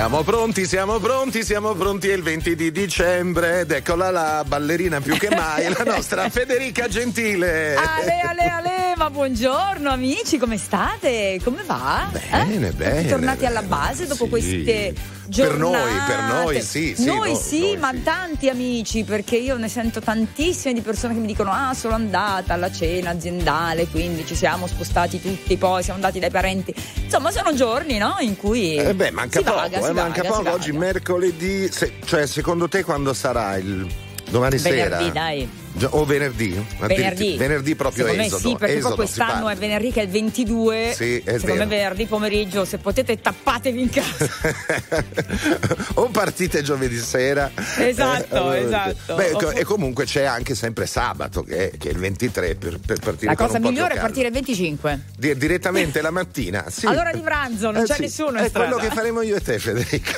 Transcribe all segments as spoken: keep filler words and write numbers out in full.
Siamo pronti, siamo pronti, siamo pronti, è il venti di dicembre ed eccola la ballerina più che mai, la nostra Federica Gentile. Ale, ale, ale, ma buongiorno amici, come state? Come va? Bene, eh? bene. Siete tornati alla base dopo sì. queste giornate? Per noi, per noi sì. sì noi no, sì, noi ma sì. tanti amici, perché io ne sento tantissime di persone che mi dicono ah, sono andata alla cena aziendale, quindi ci siamo spostati tutti, poi siamo andati dai parenti. Insomma, sono giorni, no? In cui Eh beh, manca si poco, vaga, eh, si manca vaga, poco. si Oggi vaga. mercoledì, se, cioè secondo te quando sarà il domani Venerdì, sera? dai. Gio- O venerdì? Venerdì. Venerdì proprio secondo esodo. me sì, perché esodo, poi si quest'anno parla. è venerdì che è il ventidue. Sì, è secondo vero. me venerdì pomeriggio, se potete tappatevi in casa. O partite giovedì sera. Esatto, Eh, esatto. Beh, Oppure- e comunque c'è anche sempre sabato che è, che è il ventitré per, per partire La con cosa un po' migliore di è caldo. partire il venticinque. Di- direttamente la mattina, sì. All'ora di pranzo, non Eh, c'è sì. nessuno in È strada. quello che faremo io e te, Federica.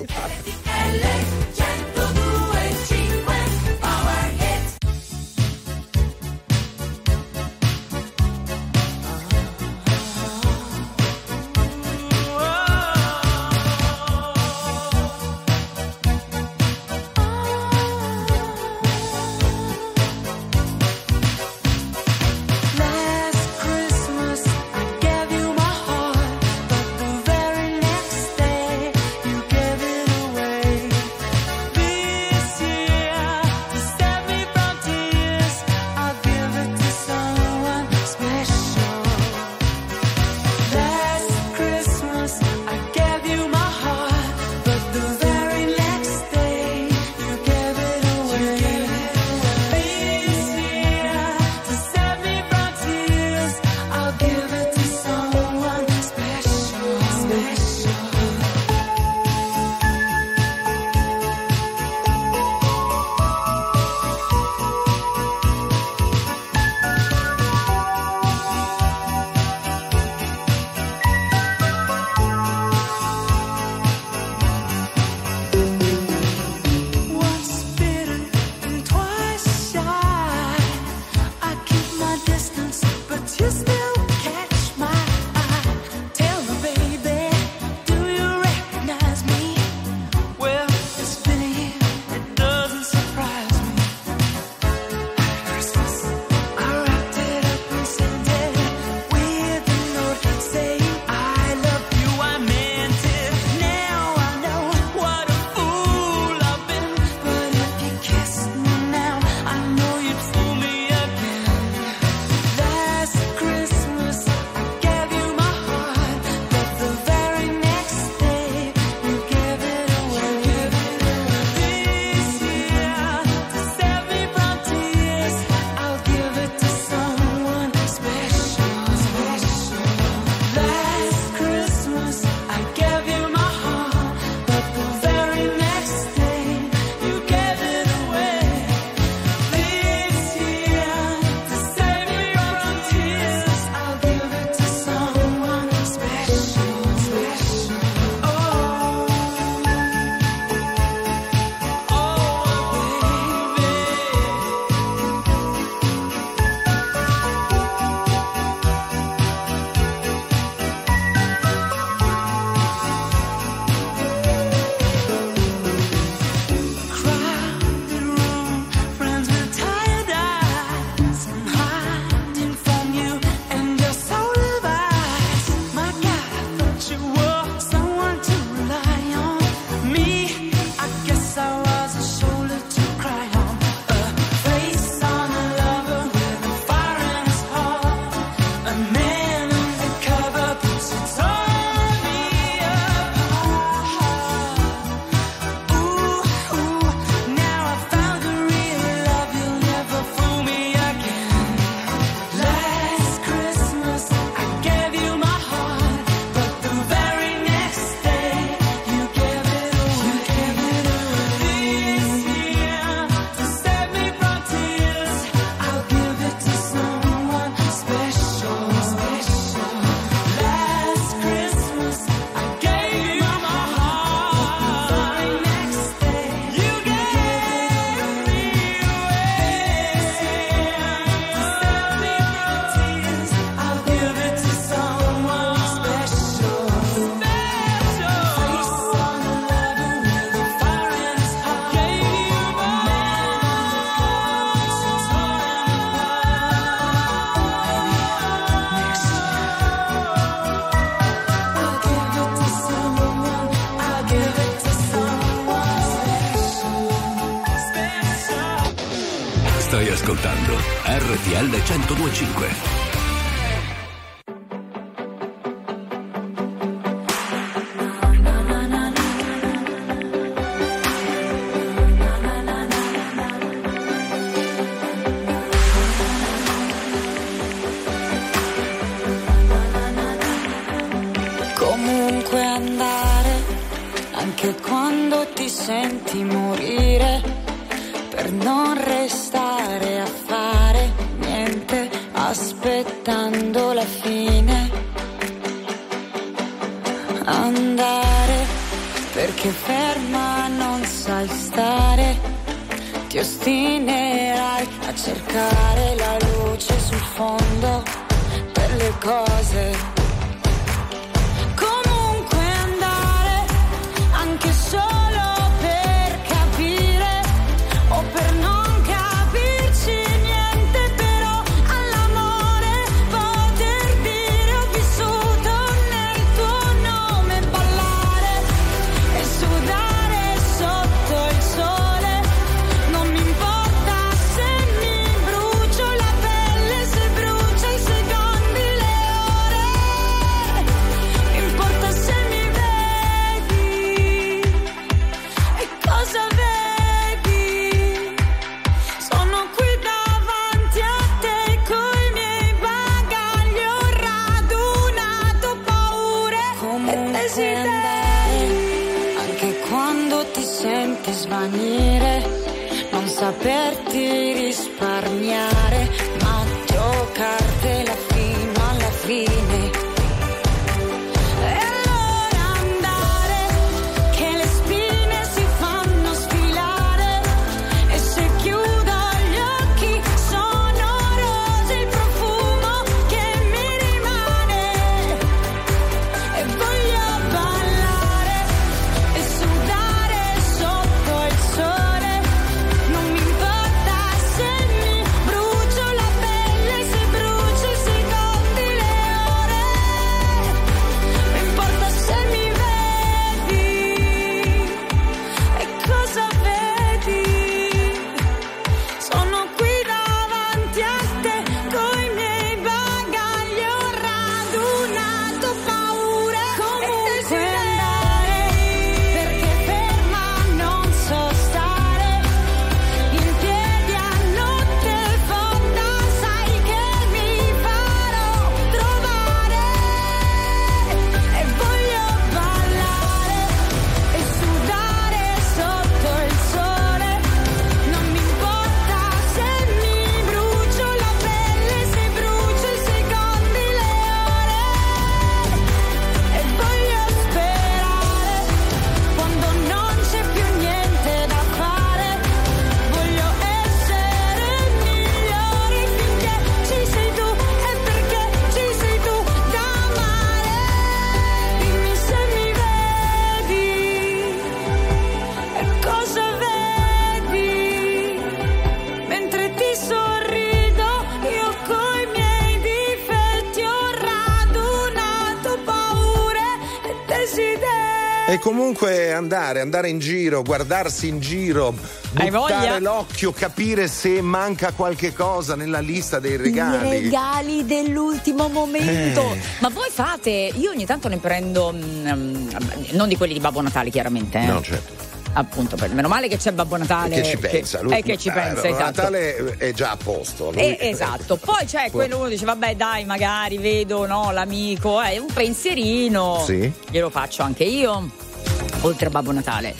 Last Christmas I gave you my heart, but the very next day you gave it away. ascoltando R T L centodue e cinque. Comunque andare, anche quando ti senti morire, per non restare a fare niente, aspettando la fine. Andare, perché ferma non sai stare, ti ostinerai a cercare la luce sul fondo delle cose. Solo per capire o per non capirci niente, però all'amore poter dire ho vissuto nel tuo nome, ballare e sudare sotto il sole, non mi importa se mi brucio la pelle, se brucia i secondi, le ore, mi importa se mi cosa vedi? Sono qui davanti a te coi miei bagagli, ho radunato paure e desideri. Anche quando ti senti svanire, non saperti risparmiare, ma giocartela fino alla fine. E comunque andare, andare in giro, guardarsi in giro, buttare l'occhio, capire se manca qualche cosa nella lista dei regali. I regali dell'ultimo momento. Eh. Ma voi fate, io ogni tanto ne prendo, um, non di quelli di Babbo Natale chiaramente. Eh. No, certo. Appunto, per, meno male che c'è Babbo Natale che ci pensa, che, lui, eh, che ci eh, pensa, Babbo esatto. Natale è già a posto. Lui, eh, esatto. Poi c'è quello, uno dice vabbè dai, magari vedo no l'amico, è eh, un pensierino. Sì. Glielo faccio anche io, oltre a Babbo Natale.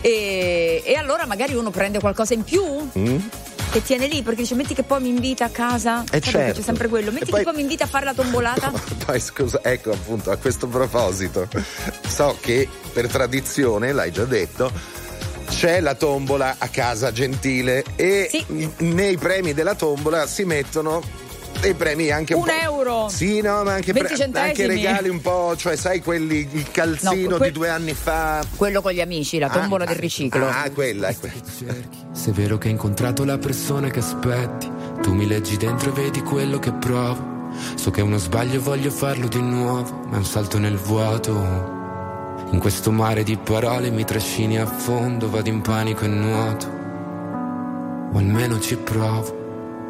E, e allora magari uno prende qualcosa in più. Mm. E tiene lì perché dice metti che poi mi invita a casa, eh certo. C'è sempre quello, metti poi, che poi mi invita a fare la tombolata. Poi scusa, ecco appunto a questo proposito, so che per tradizione, l'hai già detto, c'è la tombola a casa gentile e sì. Nei premi della tombola si mettono dei premi anche un, un po'. euro. Sì, no, ma anche, pre- anche regali un po', cioè sai quelli, il calzino no, que- di due anni fa. Quello con gli amici, la tombola ah, del riciclo. Ah, quella è quella. Se è vero che hai incontrato la persona che aspetti, tu mi leggi dentro e vedi quello che provo. So che è uno sbaglio e voglio farlo di nuovo, ma è un salto nel vuoto. In questo mare di parole mi trascini a fondo, vado in panico e nuoto, o almeno ci provo.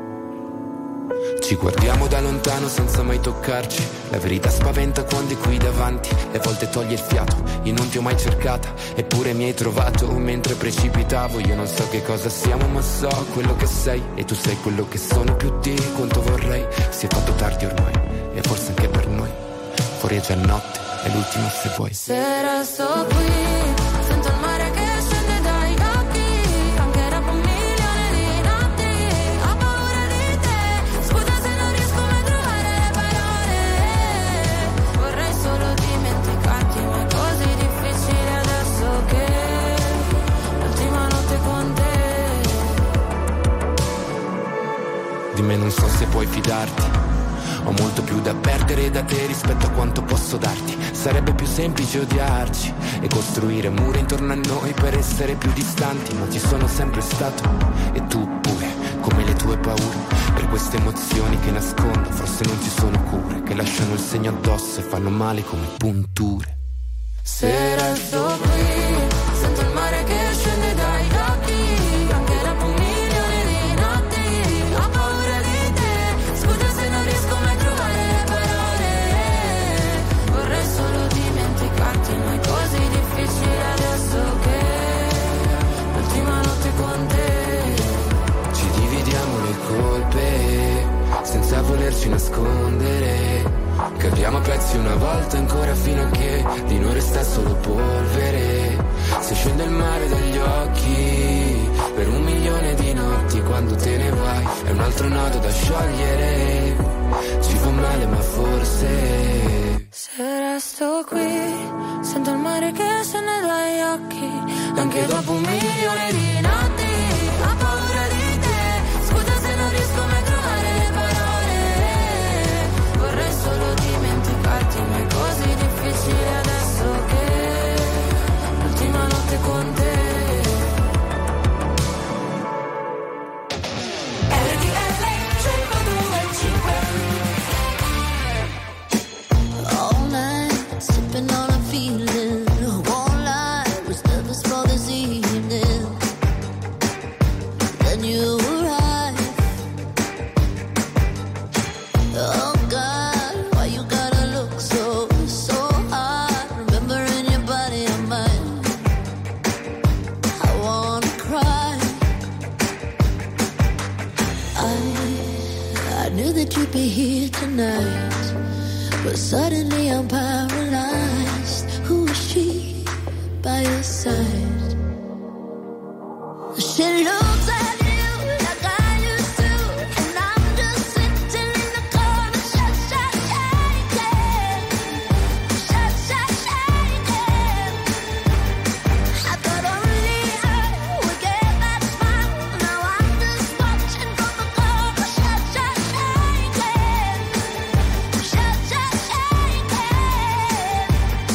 Ci guardiamo da lontano senza mai toccarci. La verità spaventa quando è qui davanti e a volte toglie il fiato. Io non ti ho mai cercata, eppure mi hai trovato mentre precipitavo. Io non so che cosa siamo, ma so quello che sei. E tu sei quello che sono, più di quanto vorrei. Si è fatto tardi ormai, e forse anche per noi. Fuori è già notte, è l'ultima se vuoi. Se resto qui, sento il mare che scende dai occhi. Anche dopo un milione di notti ho paura di te. Scusa se non riesco mai a trovare le parole. Vorrei solo dimenticarti, ma è così difficile adesso che l'ultima notte con te. Di me non so se puoi fidarti. Ho molto più da perdere da te rispetto a quanto posso darti. Sarebbe più semplice odiarci e costruire mura intorno a noi per essere più distanti. Ma ci sono sempre stato, e tu pure, come le tue paure. Per queste emozioni che nascondo, forse non ci sono cure, che lasciano il segno addosso e fanno male come punture. Se resto qui, sento il mare che scende dai occhi. Anche dopo un milione di notti ho paura di te. Scusa se non riesco mai a trovare le parole. Vorrei solo dimenticarti, ma è così difficile adesso che l'ultima notte con te. Ci dividiamo le colpe senza volerci nascondere. Capiamo a pezzi una volta ancora fino a che di noi resta solo polvere. Se scende il mare dagli occhi per un milione di notti, quando te ne vai è un altro nodo da sciogliere. Ci fa male ma forse se resto qui, sento il mare che scende dagli occhi. Anche dopo un milione di notti ho paura di te. Scusa se non riesco mai a trovare le parole. Vorrei solo dimenticarti, ma è così difficile adesso che l'ultima notte con te. R T L centodue e cinque. All night, sipping on a feeling. Won't lie, was nervous for this evening. Then you arrived. Oh God, why you gotta look so, so hard? Remembering your body and mine. I wanna cry. I, I knew that you'd be here tonight, but suddenly I'm paralyzed. Who is she by your side? She looks at you like I used to, and I'm just sitting in the corner, shut, shut, shaking, shut, shut, shaking. I thought only I would get that smile. Now I'm just watching from the corner, shut, shut, shaking, shut, shut, shaking.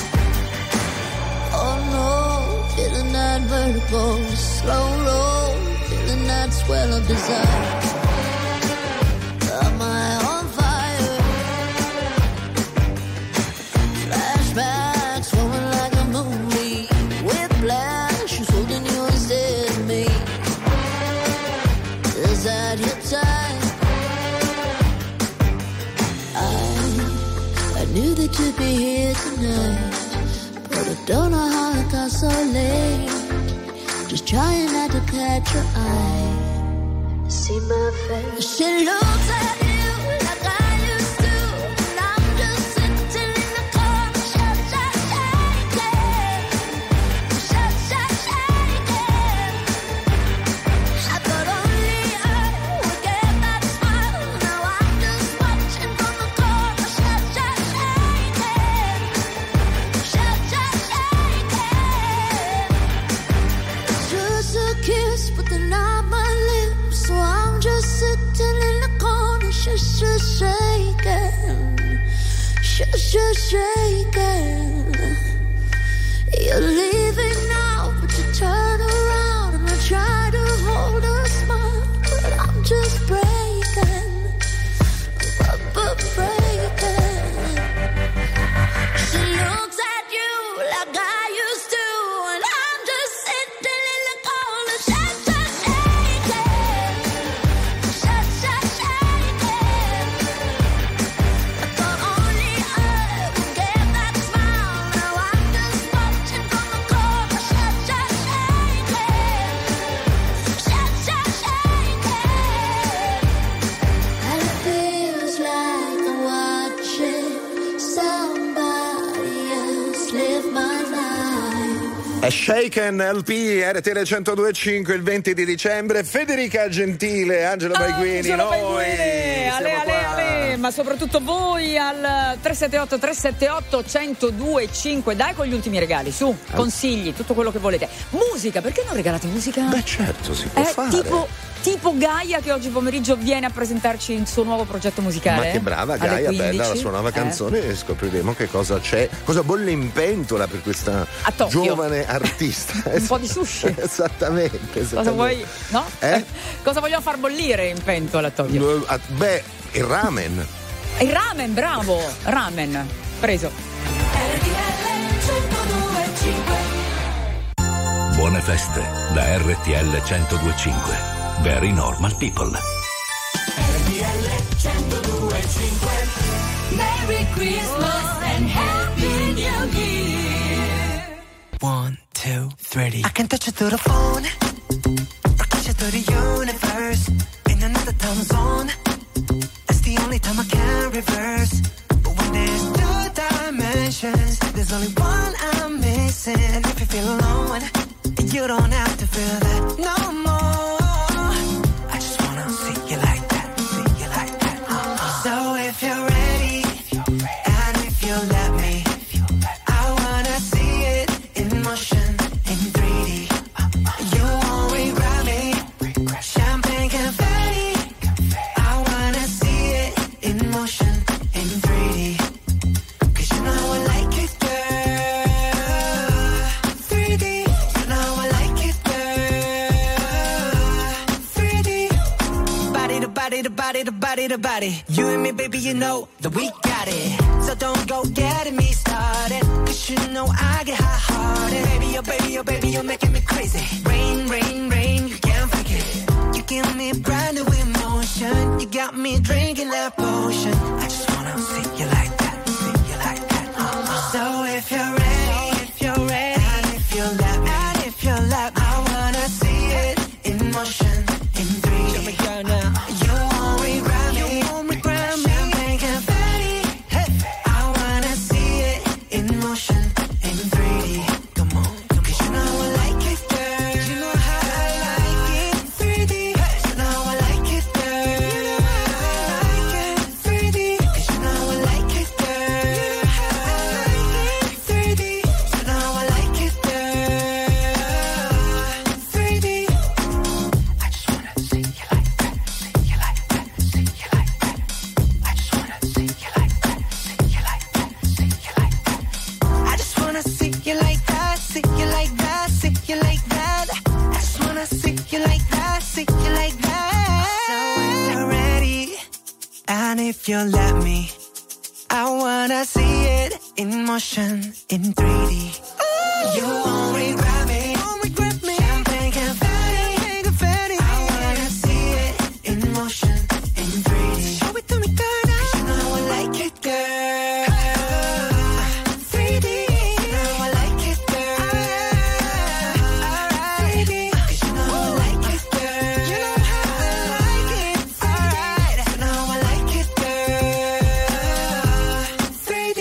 Oh no, feeling that vertigo, slow roll, feeling that swell of desire. Am I on fire? Flashbacks flowing like a movie. Whiplash, who's holding you instead of me? Is that your time? I, I knew that you'd be here tonight, but I don't know how it got so late. Just trying not to catch your eye. See my face. She looks at you like I used to, and I'm just sitting in the corner, shut, shut, shaking, shut, shut, shaking. I thought only I would get that smile. Now I'm just watching from the corner, shut, shut, shaking, shut, shut, shaking. Just a kiss, but they're not my lips, so I'm just sitting in the corner, shush, shush, shaking, shush, shush, shaking. You're leaving now, but you turn around and I try to hold a smile, but I'm just breaking, but, but breaking. She looks at you like I used to, and I'm just sitting in the corner, shut, shut, shaking, shut, shut, shaking. È Shaken L P, R T L centodue e cinque il venti di dicembre. Federica Gentile, Angelo Baiguini, Angelo noi Baiguini, ale, ale, ale, ma soprattutto voi al tre sette otto tre sette otto centodue e cinque. Dai con gli ultimi regali, su, consigli, tutto quello che volete. Musica, perché non regalate musica? Beh, certo, si può eh, fare. Tipo, tipo Gaia che oggi pomeriggio viene a presentarci il suo nuovo progetto musicale. Ma che brava Gaia, bella la sua nuova canzone, eh. e scopriremo che cosa c'è, cosa bolle in pentola per questa giovane artista. Un po' di sushi. Esattamente, esattamente. Cosa vuoi? No? Eh? Cosa vogliamo far bollire in pentola a Tokyo? Beh, il ramen. Il ramen, bravo! Ramen, preso. Buone feste da R T L centodue e cinque. Very normal people. R T L centodue e cinque. Merry Christmas and Happy New Year. One, two, three. I can touch you through the phone, or touch you through the universe. In another time zone, that's the only time I can reverse. But when there's two dimensions, there's only one I'm missing. And if you feel alone, you don't have to feel that no more. I just wanna see you like that, see you like that. Uh-uh. So if you're ready, if you're ready, and if you let me, I wanna see it in motion, in three D. You won't regret me. Champagne confetti. I wanna see it in motion, in three D. Cause you know I like it, girl. three D. You know I like it, girl. three D. Body to body to body to body to body. You and me, baby, you know that we got it. So don't go getting me started. Cause you know I get hot-hearted. Baby, oh baby, oh baby, you're making me crazy. Rain, rain, rain, you can't fake it. You give me brand new emotion. You got me drinking that potion. I just wanna see you like that, see you like that. Uh-uh. So if you're ready, if you're ready, and if you let me, and if you let me, I wanna see it in motion, in three D. Show me girl now. You won't regret me. You won't regret me. Champagne confetti. Hey. I wanna see it in motion, in three D. Come on, cause you know I like it, girl. You know how I like it, three D. Hey. You know I like it, girl. You know how I like it, three D. Cause you know I like it, girl. You know how I like it, three D. You know I like it, girl. three D. I just wanna see you like that, see you like that, see you like that. I just wanna see you like that, see you like that, see you like that. I just wanna see you like that, see you like that, see you like that. I just wanna see you like that, see you like that. So if you're ready, and if you let me, I wanna see it in motion, in three D. You won't regret me, won't regret me. Champagne confetti, confetti. I wanna see it in motion, in three D. Show it to me, girl. Cause you know I like it, girl. three D. You know I like it, girl. three D. Cause you know I like it, girl. You know how I like it. Alright. You know I like it, girl. three D.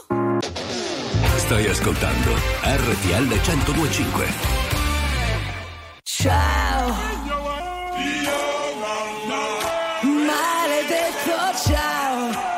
Stai ascoltando R T L centodue e cinque. Ciao, maledetto ciao.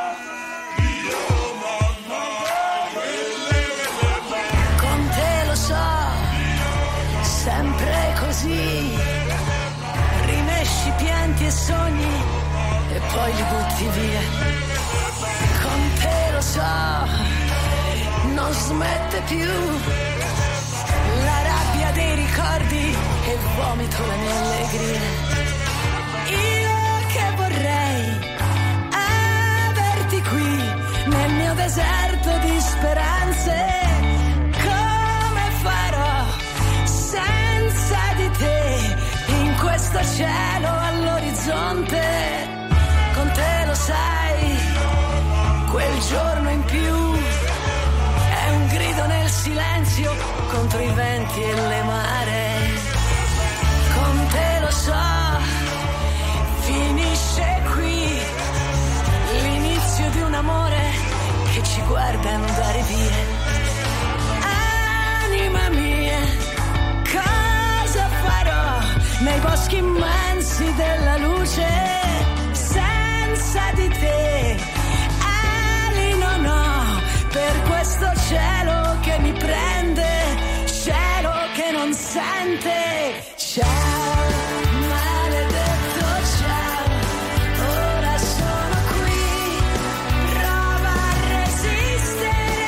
Con te lo so, sempre così. Rimesci pianti e sogni e poi li butti via. Con te lo so, non smette più. La rabbia dei ricordi e vomito la mia allegria. Io che vorrei averti qui nel mio deserto di speranze. Come farò senza di te in questo cielo all'orizzonte? Con te lo sai, quel giorno in più è un grido nel silenzio contro i venti e le maree. Con te lo so, finisce qui l'inizio di un amore che ci guarda andare via. Anima mia, boschi immensi della luce, senza di te ali non ho, per questo cielo che mi prende, cielo che non sente. Ciao maledetto ciao, ora sono qui, prova a resistere.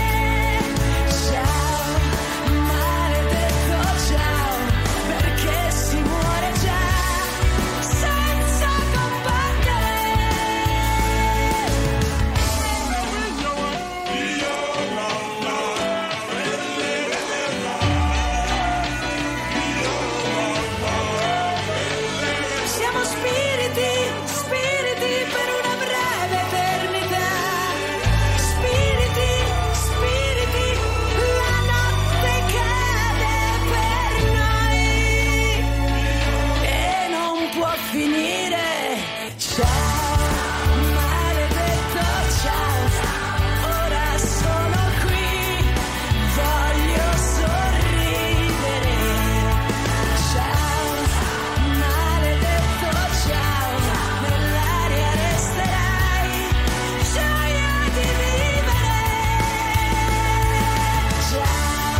Ciao maledetto ciao, perché si muore già senza combattere. Siamo spiriti, spiriti per una breve eternità. Spiriti, spiriti, la notte cade per noi e non può finire. Ciao, maledetto ciao, ora sono qui, voglio sorridere. Ciao, maledetto ciao, nell'aria resterai, gioia di vivere. Ciao,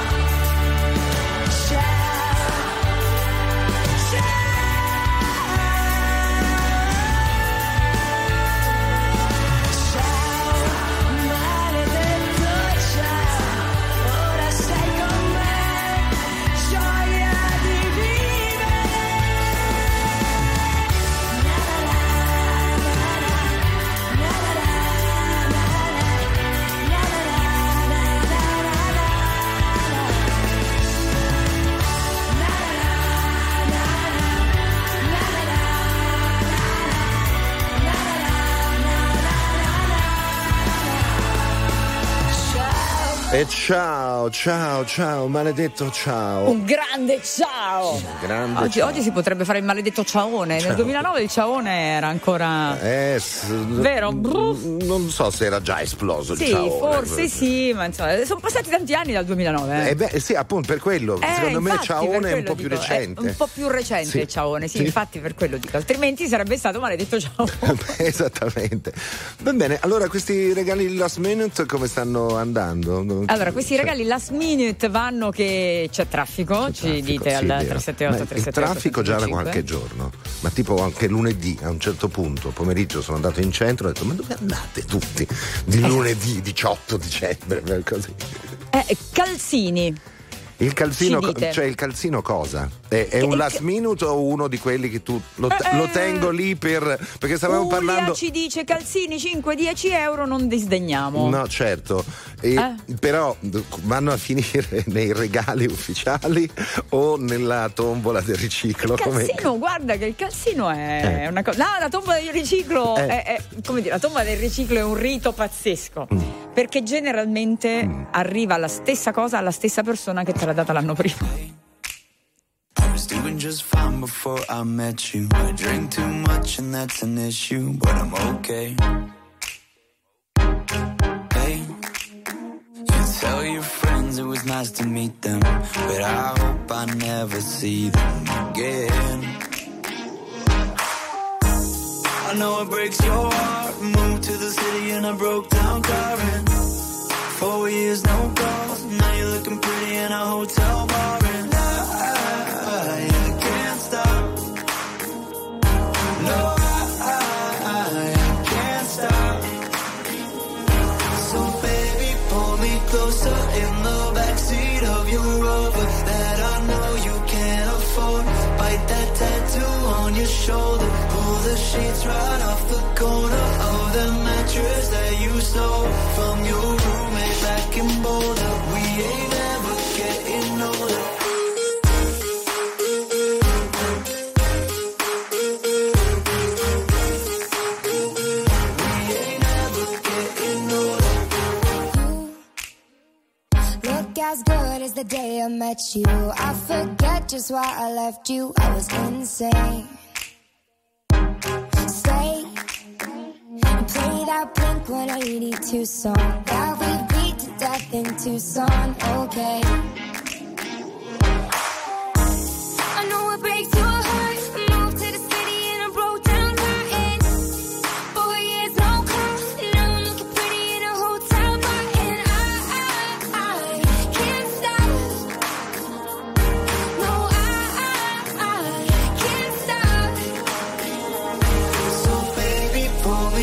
ciao, ciao, maledetto ciao, ora sei con me, gioia di vivere. E ciao, ciao, ciao, maledetto ciao. Un grande ciao. Grande Oggi, ciao. oggi si potrebbe fare il maledetto ciaone. Ciao. Nel duemilanove il ciaone era ancora Eh, s- vero? n- Non so se era già esploso il Sì, ciaone. forse sì, ma insomma, sono passati tanti anni dal duemilanove. Eh. Eh beh, sì, appunto per quello. Eh, Secondo me infatti, per ciaone è un quello po' più dico, recente. È un po' più recente Sì. il ciaone, sì, Sì. infatti per quello dico. Altrimenti sarebbe stato maledetto ciao. Esattamente. Va bene, allora questi regali last minute come stanno andando? Allora, questi Cioè, regali last minute vanno che c'è traffico, ci traffico, dite sì, al vero. tre sette otto Ma tre il sette otto traffico già da cinque. qualche giorno, ma tipo anche lunedì a un certo punto pomeriggio sono andato in centro e ho detto ma dove andate tutti di lunedì diciotto dicembre così. Eh, calzini. Il calzino, Ci dite. cioè il calzino cosa? È, è Che- un last che- minute o uno di quelli che tu lo, Eh, lo eh. tengo lì per perché stavamo Ulia parlando. ci dice calzini cinque dieci euro, non disdegniamo. No, certo. E- Eh? Però vanno a finire nei regali ufficiali o nella tombola del riciclo? Il come- calzino, guarda che il calzino è Eh. una cosa. No, la tombola del riciclo Eh. è, è- come dire, la tombola del riciclo è un rito pazzesco. Mm. Perché generalmente arriva la stessa cosa alla stessa persona che te l'ha data l'anno prima. I was doing just fine before I met you. I drink too much and that's an issue, but I'm okay. Hey, you tell your friends it was nice to meet them, but I hope I never see them again. I know it breaks your heart. Moved to the city in a broke down car and four years no calls. Now you're looking pretty in a hotel bar and I, I can't stop. No, I, I can't stop. So baby, pull me closer in the backseat of your Rover that I know you can't afford. Bite that tattoo on your shoulder. Pull the sheets right off the corner of the mattress that you stole from your roommate back in Boulder. We ain't ever getting older. We ain't ever getting older. Look as good as the day I met you. I forget just why I left you. I was insane. Stay and play that Blink one eighty-two song that we beat to death in Tucson. Okay. I know it breaks your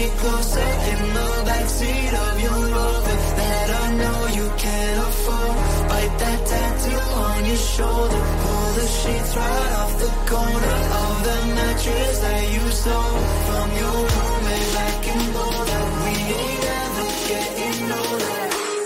me closer in the backseat of your Rover that I know you can't afford. Bite that tattoo on your shoulder. Pull the sheets right off the corner of the mattress that you stole from your roommate back in Boulder. We ain't ever getting older.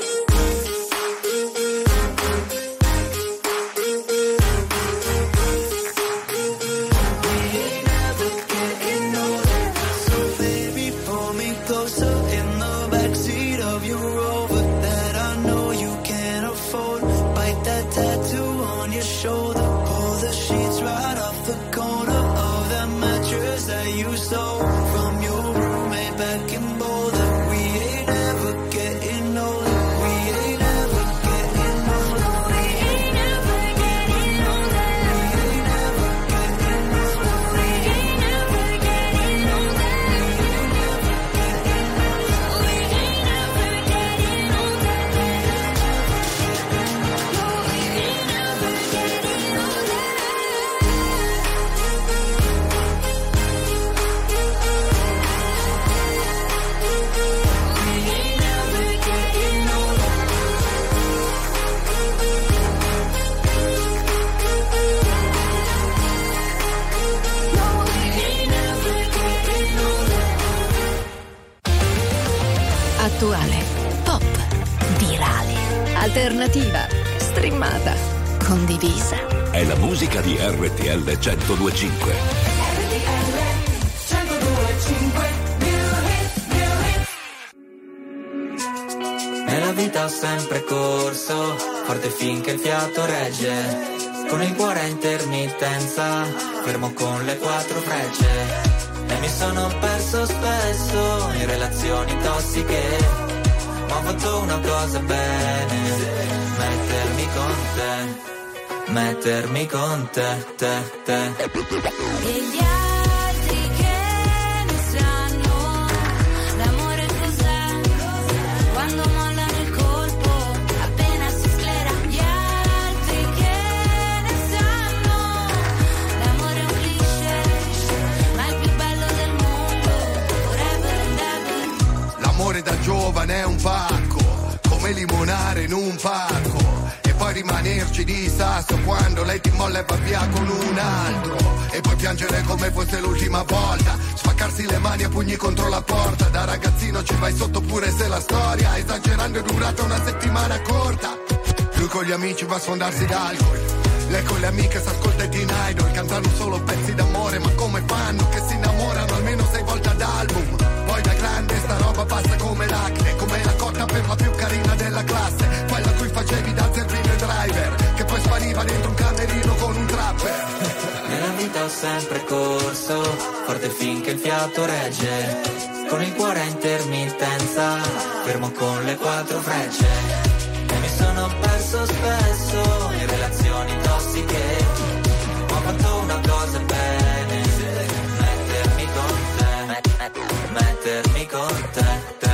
Attuale, pop, virale, alternativa, streamata, condivisa. È la musica di R T L centodue e cinque. R T L centodue e cinque. Nella vita ho sempre corso, forte finché il fiato regge. Con il cuore a intermittenza, fermo con le quattro frecce. E mi sono perso spesso in relazioni tossiche, ma ho fatto una cosa bene, mettermi con te, mettermi con te, te, te. E gli altri che ne sanno, l'amore cos'è, quando mollano il colpo, appena si sclera. Gli altri che ne sanno, l'amore è un cliché, ma il più bello del mondo, forever and ever. L'amore da giovane è un pacco, come limonare in un parco, e poi rimanerci di sasso quando lei ti molla e va via con un altro, e poi piangere come fosse l'ultima volta, spaccarsi le mani a pugni contro la porta. Da ragazzino ci vai sotto pure se la storia, esagerando, è durata una settimana corta. Lui con gli amici va a sfondarsi d'alcol, lei con le amiche s'ascolta i Teen Idol, cantano solo pezzi d'amore, ma come fanno che si innamorano almeno sei volte ad album. Poi da grande sta roba passa come l'acne, come la cotta per la più carina della classe, quella a cui facevi da zerbino e driver, che poi spariva dentro un camerino con un trapper. Nella vita ho sempre corso, forte finché il fiato regge, con il cuore a intermittenza, fermo con le quattro frecce. E mi sono perso spesso in relazioni tossiche, ma ho fatto una cosa bene, mettermi con te, mettermi con te, te,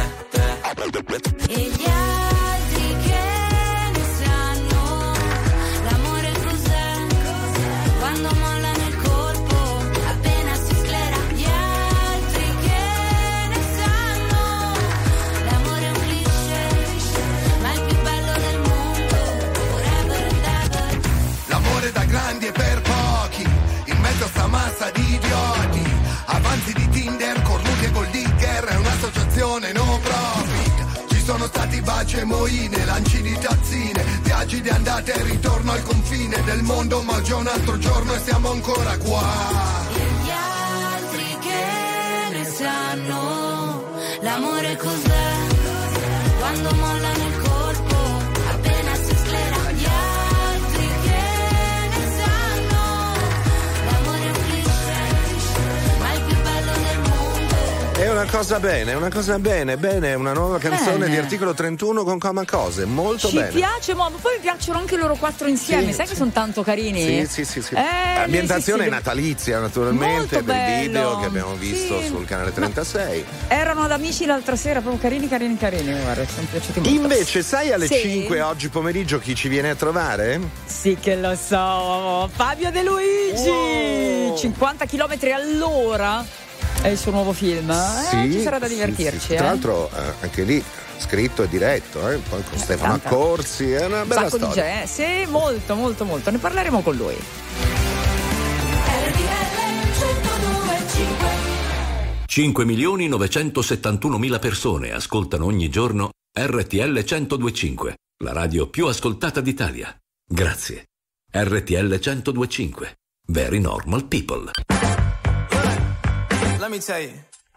te. E gli altri che ne sanno, l'amore cos'è, quando mollano il colpo, appena si sclera. Gli altri che ne sanno, l'amore è un cliché, ma il più bello del mondo, forever and ever. L'amore da grandi e per pochi, in mezzo a sta massa di idioti, avanti di Tinder, cornuti e gold digger, è un'associazione no profit. Ci sono stati baci e moine, lanci di tazzine, viaggi di andata e ritorno al confine del mondo, ma oggi è un altro giorno e siamo ancora qua. E gli altri che ne sanno, l'amore cos'è, quando mollano il colpo, appena si sclera. Gli altri che ne sanno, l'amore è un cliché, ma il più bello del mondo. È una cosa bene, è una cosa bene, bene, una nuova canzone Bene. di Articolo trentuno con Coma Cose, molto Ci bene. piace, ma poi mi piacciono anche loro quattro insieme, Sì, sai sì. che sono tanto carini? Sì, sì, sì, sì. Eh, Ambientazione sì, sì, sì. natalizia, naturalmente, Molto del bello. video che abbiamo visto Sì. sul canale trentasei. Erano ad amici l'altra sera, proprio carini, carini, carini, guarda, ci sono piaciuti molto. Invece, sai alle Sì. cinque oggi pomeriggio chi ci viene a trovare? Sì che lo so, Fabio De Luigi, Wow. cinquanta chilometri all'ora. È il suo nuovo film? Sì, eh, ci sarà da divertirci. Sì, sì. Eh? Tra l'altro eh, anche lì scritto e diretto, eh? Poi con Stefano tanta. Accorsi, è una bella Sacco storia. di gente, sì, molto, molto, molto. Ne parleremo con lui. cinque milioni novecentosettantunomila persone ascoltano ogni giorno R T L centodue e cinque, la radio più ascoltata d'Italia. Grazie. R T L centodue e cinque. Very normal people. Let me tell you.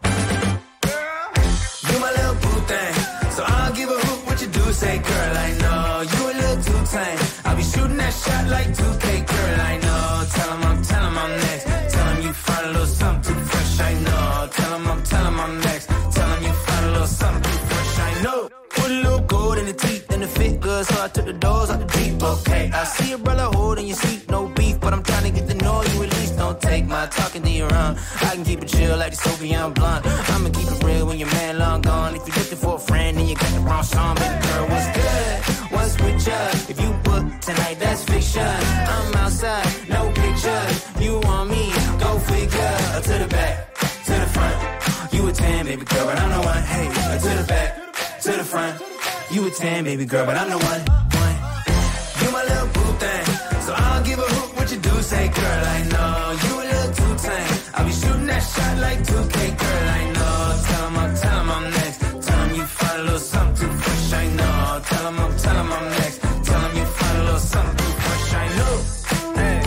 You my little boo thing, so I'll give a hoot what you do. Say, girl, I know you a little too tame. I'll be shooting that shot like two K, girl, I know. Tell him I'm, tell him I'm next. Tell him you find a little something too fresh, I know. Tell him I'm, tell him I'm next. Tell him you find a little something too fresh, I know. Put a little gold in the teeth and it fit good, so I took the doors out the deep, okay. I see a brother holding your seat, no beef, but I'm trying to get to know you at least. Don't take my talking to your own. I can keep it chill like the Soviet blunt. I'ma keep it real when your man long gone. If you're looking for a friend and you got the wrong song, baby girl, what's good? What's with ya? If you book tonight, that's fiction. I'm outside, no pictures. You want me? Go figure. Uh, to the back, to the front. You a ten, baby girl, but I'm the one. Hey, uh, to the back, to the front. You a ten, baby girl, but I'm the one. one. You my little boo thing, so I'll give a hoot what you do. Say, girl, I know you a little too tame. I'll be shooting that shot like two K, girl, I know. Tell him I'm, tell him I'm next. Tell him you find a little something too fresh, I know. Tell him I'm, tell him I'm next. Tell him you find a little something too fresh, I know. Hey,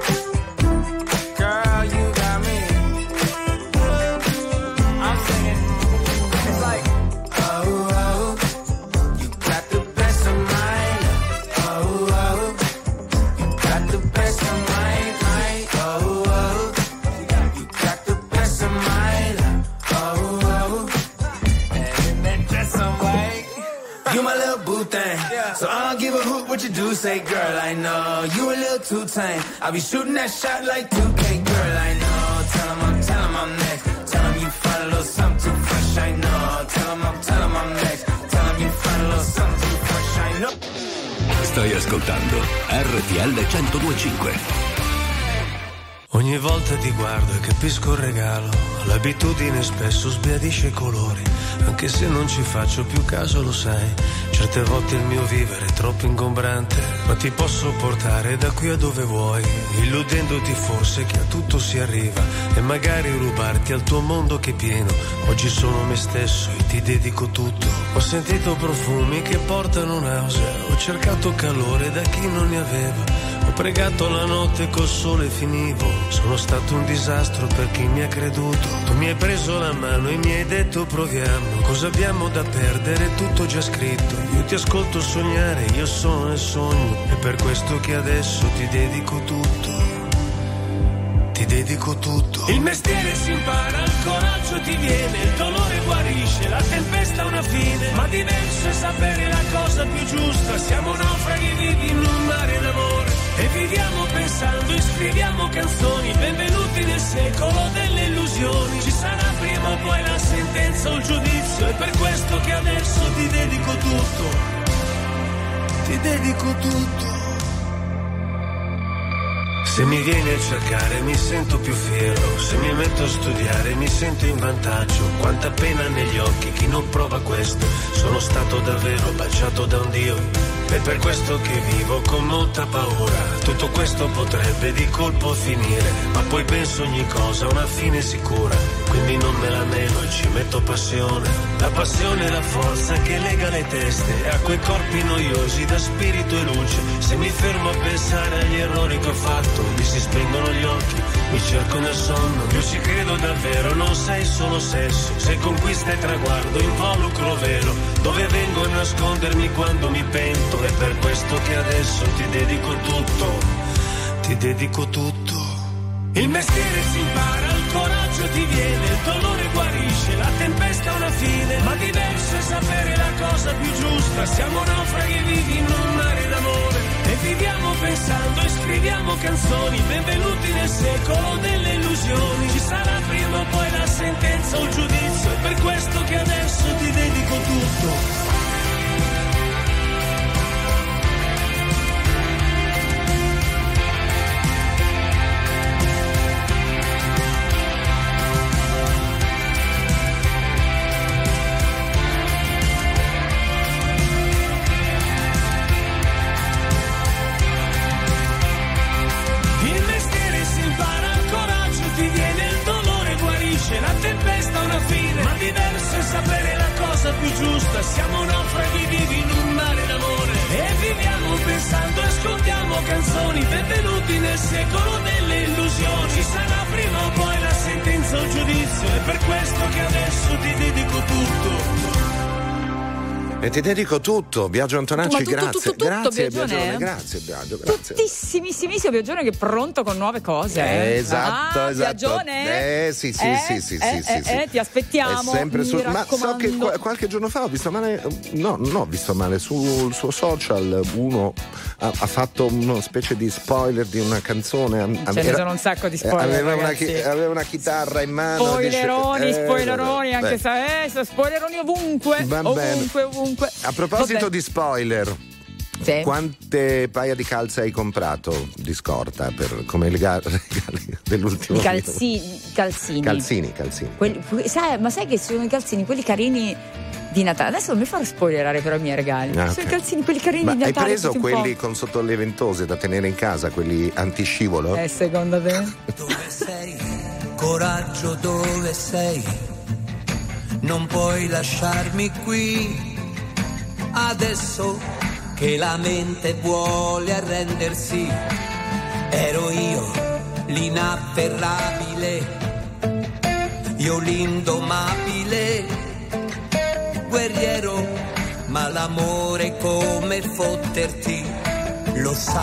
girl, you got me. I'm singing. It's like, oh, oh, you got the best of mine. Oh, oh, you got the best of mine. Oh, oh, you got the best of mine. Oh, oh, and that dress I'm white. You my little boo thing, so I don't give a hoot what you do. Say, girl, I know you a little too tame. I'll be shooting that shot like two K, girl, I know. Tell him I'm, tell him I'm next. Tell him you find a little something too fresh, I know. Tell him I'm, tell him I'm next. Tell him you find a little something too fresh, I know. Stai ascoltando R T L centodue e cinque. Ogni volta ti guardo e capisco il regalo, l'abitudine spesso sbiadisce i colori, anche se non ci faccio più caso, lo sai. Certe volte il mio vivere è troppo ingombrante, ma ti posso portare da qui a dove vuoi, illudendoti forse che a tutto si arriva e magari rubarti al tuo mondo che è pieno. Oggi sono me stesso e ti dedico tutto. Ho sentito profumi che portano nausea, ho cercato calore da chi non ne aveva. Ho pregato la notte col sole finivo, sono stato un disastro per chi mi ha creduto. Tu mi hai preso la mano e mi hai detto proviamo, cosa abbiamo da perdere, tutto già scritto. Io ti ascolto sognare, io sono nel sogno, è per questo che adesso ti dedico tutto. Ti dedico tutto. Il mestiere si impara, il coraggio ti viene, il dolore guarisce, la tempesta ha una fine, ma diverso è sapere la cosa più giusta. Siamo naufraghi vivi in un mare d'amore e viviamo pensando e scriviamo canzoni. Benvenuti nel secolo delle illusioni. Ci sarà prima o poi la sentenza o il giudizio, è per questo che adesso ti dedico tutto. Ti dedico tutto. Se mi vieni a cercare mi sento più fiero, se mi metto a studiare mi sento in vantaggio. Quanta pena negli occhi chi non prova questo, sono stato davvero baciato da un Dio. È per questo che vivo con molta paura, tutto questo potrebbe di colpo finire, ma poi penso ogni cosa ha una fine sicura, quindi non me la nego e ci metto passione. La passione è la forza che lega le teste a quei corpi noiosi da spirito e luce. Se mi fermo a pensare agli errori che ho fatto, mi si spengono gli occhi, mi cerco nel sonno. Io ci credo davvero, non sei solo sesso, sei conquista e traguardo, involucro vero, dove vengo a nascondermi quando mi pento. È per questo che adesso ti dedico tutto, ti dedico tutto. Il mestiere si impara, il coraggio ti viene, il dolore guarisce, la tempesta ha una fine, ma diverso è sapere la cosa più giusta. Siamo naufraghi vivi in un mare d'amore e viviamo pensando e scriviamo canzoni. Benvenuti nel secolo delle illusioni. Ci sarà prima o poi la sentenza o il giudizio, è per questo che adesso ti dedico tutto. più giusta, siamo naufraghi vivi in un mare d'amore e viviamo pensando, ascoltiamo canzoni, benvenuti nel secolo delle illusioni. Ci sarà prima o poi la sentenza o il giudizio, è per questo che adesso ti dedico tutto. E ti dedico tutto, Biagio Antonacci, tutto, grazie, tutto, tutto, grazie Biagione, Biagione, eh? grazie Biagio, grazie. Tuttissimissimo Biagione che è pronto con nuove cose. Eh, esatto, ah, esatto. Biagione? Eh sì, sì, eh, sì, sì, eh, sì, eh, sì, eh, sì. ti aspettiamo. È sempre su... Ma so che raccomando. qualche giorno fa ho visto male, no, non ho visto male, sul suo social uno ha, ha fatto una specie di spoiler di una canzone. Ce ne sono un sacco di spoiler, aveva una, ragazzi. aveva una chitarra in mano. Spoileroni, dice, eh, spoileroni, vabbè, anche beh. se eh, sono spoileroni ovunque, Va ovunque, bene. ovunque. A proposito Vabbè. di spoiler, sì. Quante paia di calze hai comprato di scorta per, come lega- regali dell'ultimo I calzi, calzini. calzini calzini Quelli, sai, ma sai che sono i calzini, quelli carini di Natale? Adesso non mi farò spoilerare però i miei regali. Ah, sono okay. i calzini, quelli carini Ma di Natale. hai preso tutti un quelli po'. con sotto le ventose da tenere in casa, quelli antiscivolo? Eh, secondo te? Dove sei? Coraggio, dove sei? Non puoi lasciarmi qui. Adesso che la mente vuole arrendersi, ero io l'inafferrabile, io l'indomabile, guerriero, ma l'amore come fotterti lo sa.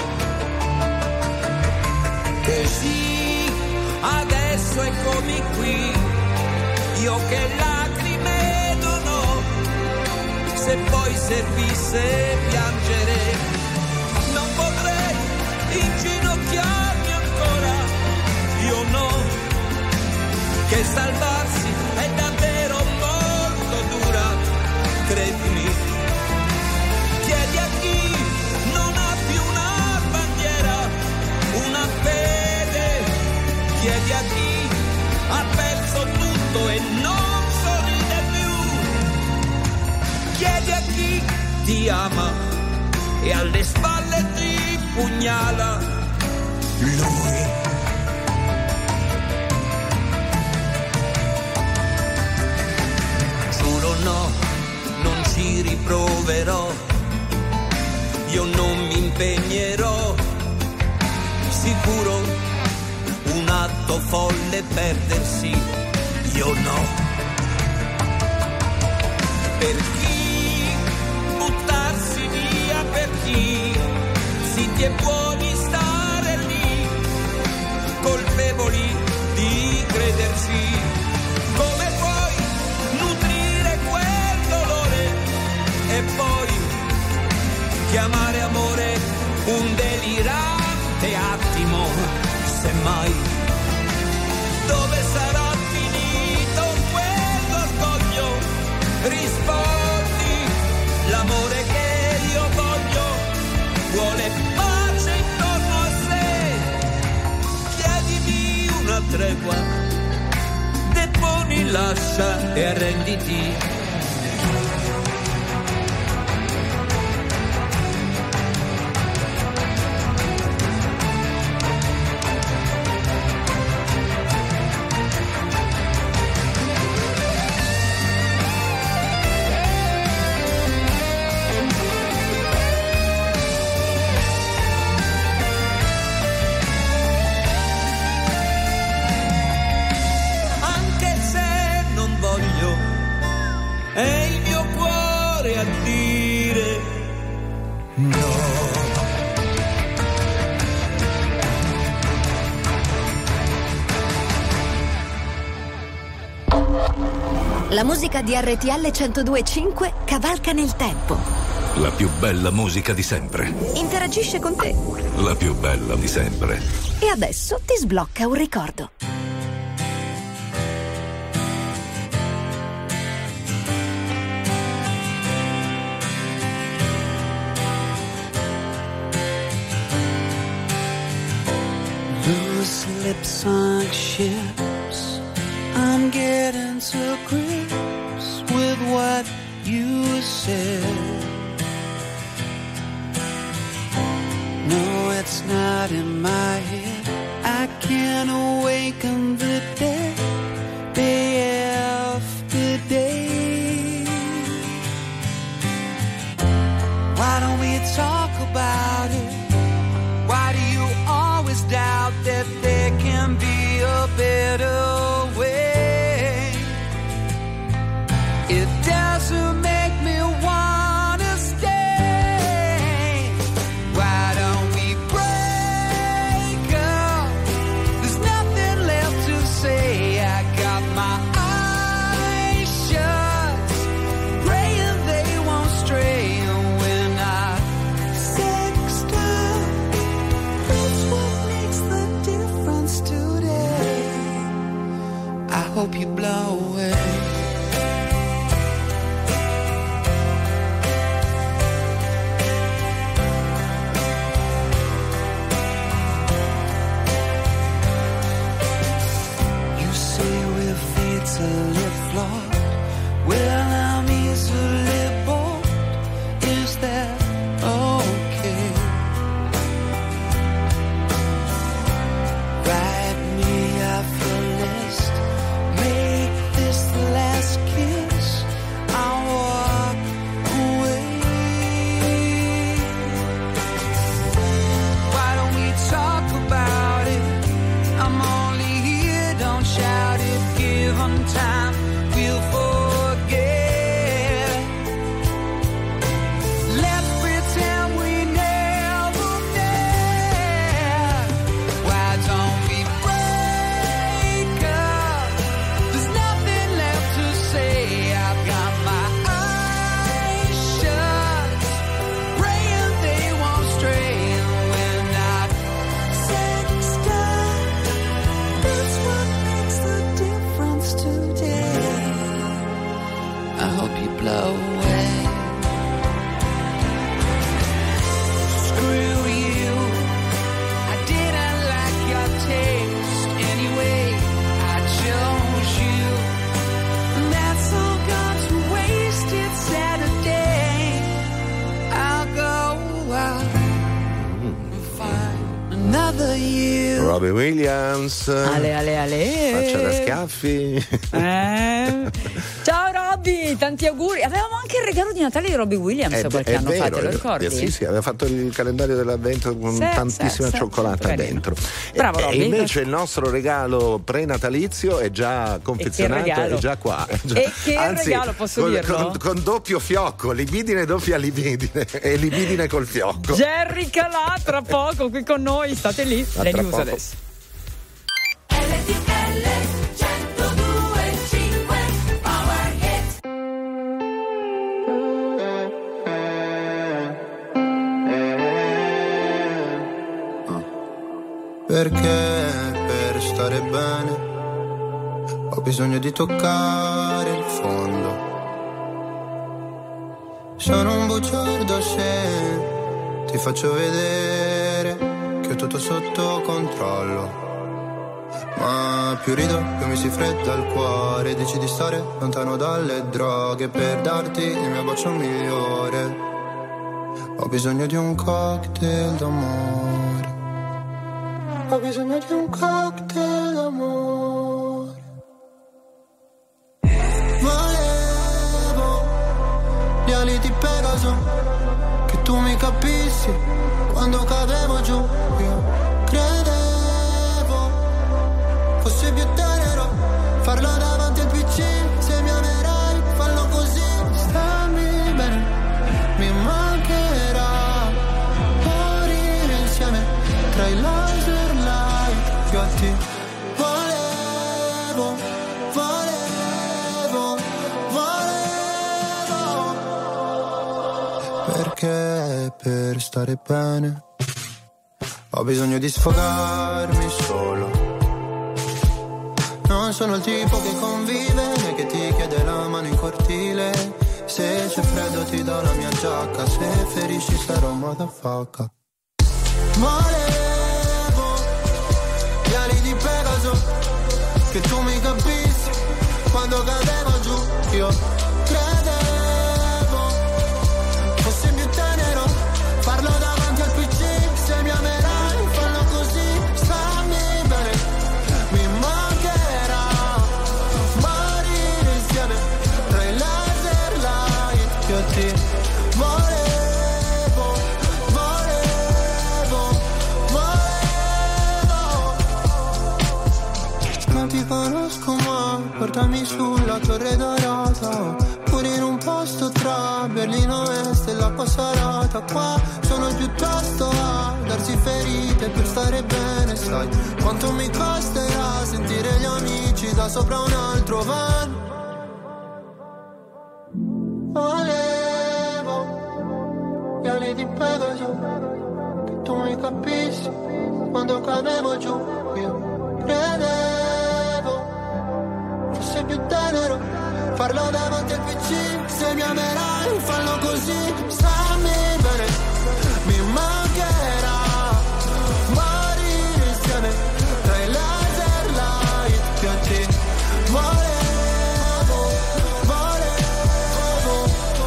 Così adesso eccomi qui, io che lacrime non ho, se poi servisse piangere non potrei inginocchiarmi ancora, io no, che salvarsi è davvero molto dura, credimi. Chiedi a chi non ha più una bandiera, una fede, chiedi a chi ha perso tutto e non sorride più, chiedi a chi ti ama e alle spalle ti pugnala lui. Giuro no, non ci riproverò, io non mi impegnerò, sicuro un atto folle perdersi, io no. Per chi buttarsi via, per chi zitti e buoni stare lì, colpevoli di crederci, come puoi nutrire quel dolore e poi chiamare amore un delirante attimo, semmai. Dove sarà finito quell'orgoglio? Rispondi, l'amore che io voglio vuole pace intorno a sé. Chiedimi una tregua, deponi, lascia e arrenditi. È il mio cuore a dire no. La musica di R T L centodue e cinque cavalca nel tempo. La più bella musica di sempre. Interagisce con te. La più bella di sempre. E adesso ti sblocca un ricordo. Loose lips on ships, I'm getting to grips with what you said. No, it's not in my head, I can't awaken the dead day after day. hope you blow away. Screw you, I didn't like your taste anyway. I chose you, and that's all gone to wasted Saturday. I'll go out and find another you. Robbie Williams. Ale, ale, ale. Faccia da schiaffi. Eh. Ciao Robby, tanti auguri. Avevamo anche il regalo di Natale di Robbie Williams È, qualche è anno vero, fa, te lo è- ricordi? eh, sì, sì, aveva fatto il calendario dell'avvento con Sì, tantissima sì, sì, cioccolata carino. dentro. Bravo, e, Robby. e invece il nostro regalo prenatalizio è già confezionato, regalo. è già qua. È già- E che anzi, regalo, posso con, dirlo? Con, con doppio fiocco, libidine doppia libidine e libidine col fiocco. Jerry Calà tra poco qui con noi, state lì. A Le tra news poco. adesso. Perché per stare bene ho bisogno di toccare il fondo. Sono un bugiardo se ti faccio vedere che ho tutto sotto controllo. Ma più rido, più mi si fredda il cuore. Dici di stare lontano dalle droghe per darti il mio bacio migliore. Ho bisogno di un cocktail d'amore. Ho bisogno di un cocktail d'amore. Volevo gli ali di Pegaso, che tu mi capissi quando cadevo giù. Io credevo fosse più tenero farlo davanti al P C. Se mi amerai, fallo così. Stammi bene, mi mancherà morire insieme tra i laser light. Io a te volevo, volevo, volevo. Perché per stare bene ho bisogno di sfogarmi solo. Non sono il tipo che convive né che ti chiede la mano in cortile. Se c'è freddo ti do la mia giacca, se ferisci sarò motherfucker. Volevo gli ali di Pegaso, che tu mi capissi quando cadevo giù. Io credevo fosse più tenero farlo davanti al P C. Se mi amerai, fallo così. Stammi bene, mi mancherà morire insieme tra i laser light. Io a te volevo, volevo, volevo. Non ti conosco ma portami sulla Torre Dorata, pure in un posto tra Berlino Est e la Passarata. Qua sono piuttosto a darsi ferite per stare bene. Sai quanto mi costerà sentire gli amici da sopra un altro van. Volevo gli ali di Pegaso, che tu mi capissi quando cadevo giù. Io credevo fosse più tenero farlo davanti al P C. Se mi amerai, fallo così. Stammi bene, mi mancherà morire insieme tra i laser light. Io a te volevo, volevo,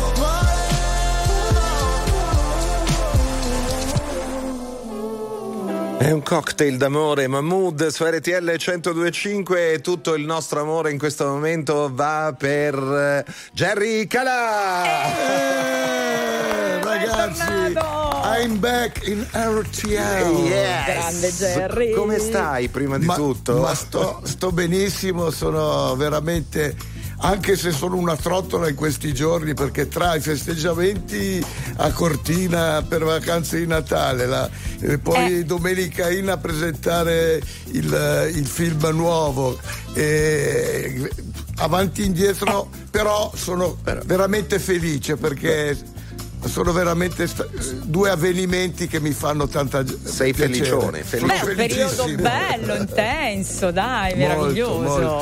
volevo. È un cocktail d'amore, Mahmood su R T L centodue e cinque. Tutto il nostro amore in questo momento va per eh, Jerry Calà. Eh, ragazzi, I'm back in R T L. Yes. Grande Jerry. Come stai prima di ma, tutto? Ma sto, sto benissimo, sono veramente, anche se sono una trottola in questi giorni, perché tra i festeggiamenti a Cortina per vacanze di Natale, la, e poi eh. domenica in a presentare il, il film nuovo, e avanti e indietro, eh. però sono veramente felice perché sono veramente sta- due avvenimenti che mi fanno tanta sei piacere. felicione, Beh, un periodo bello, intenso, dai, meraviglioso. Molto, molto.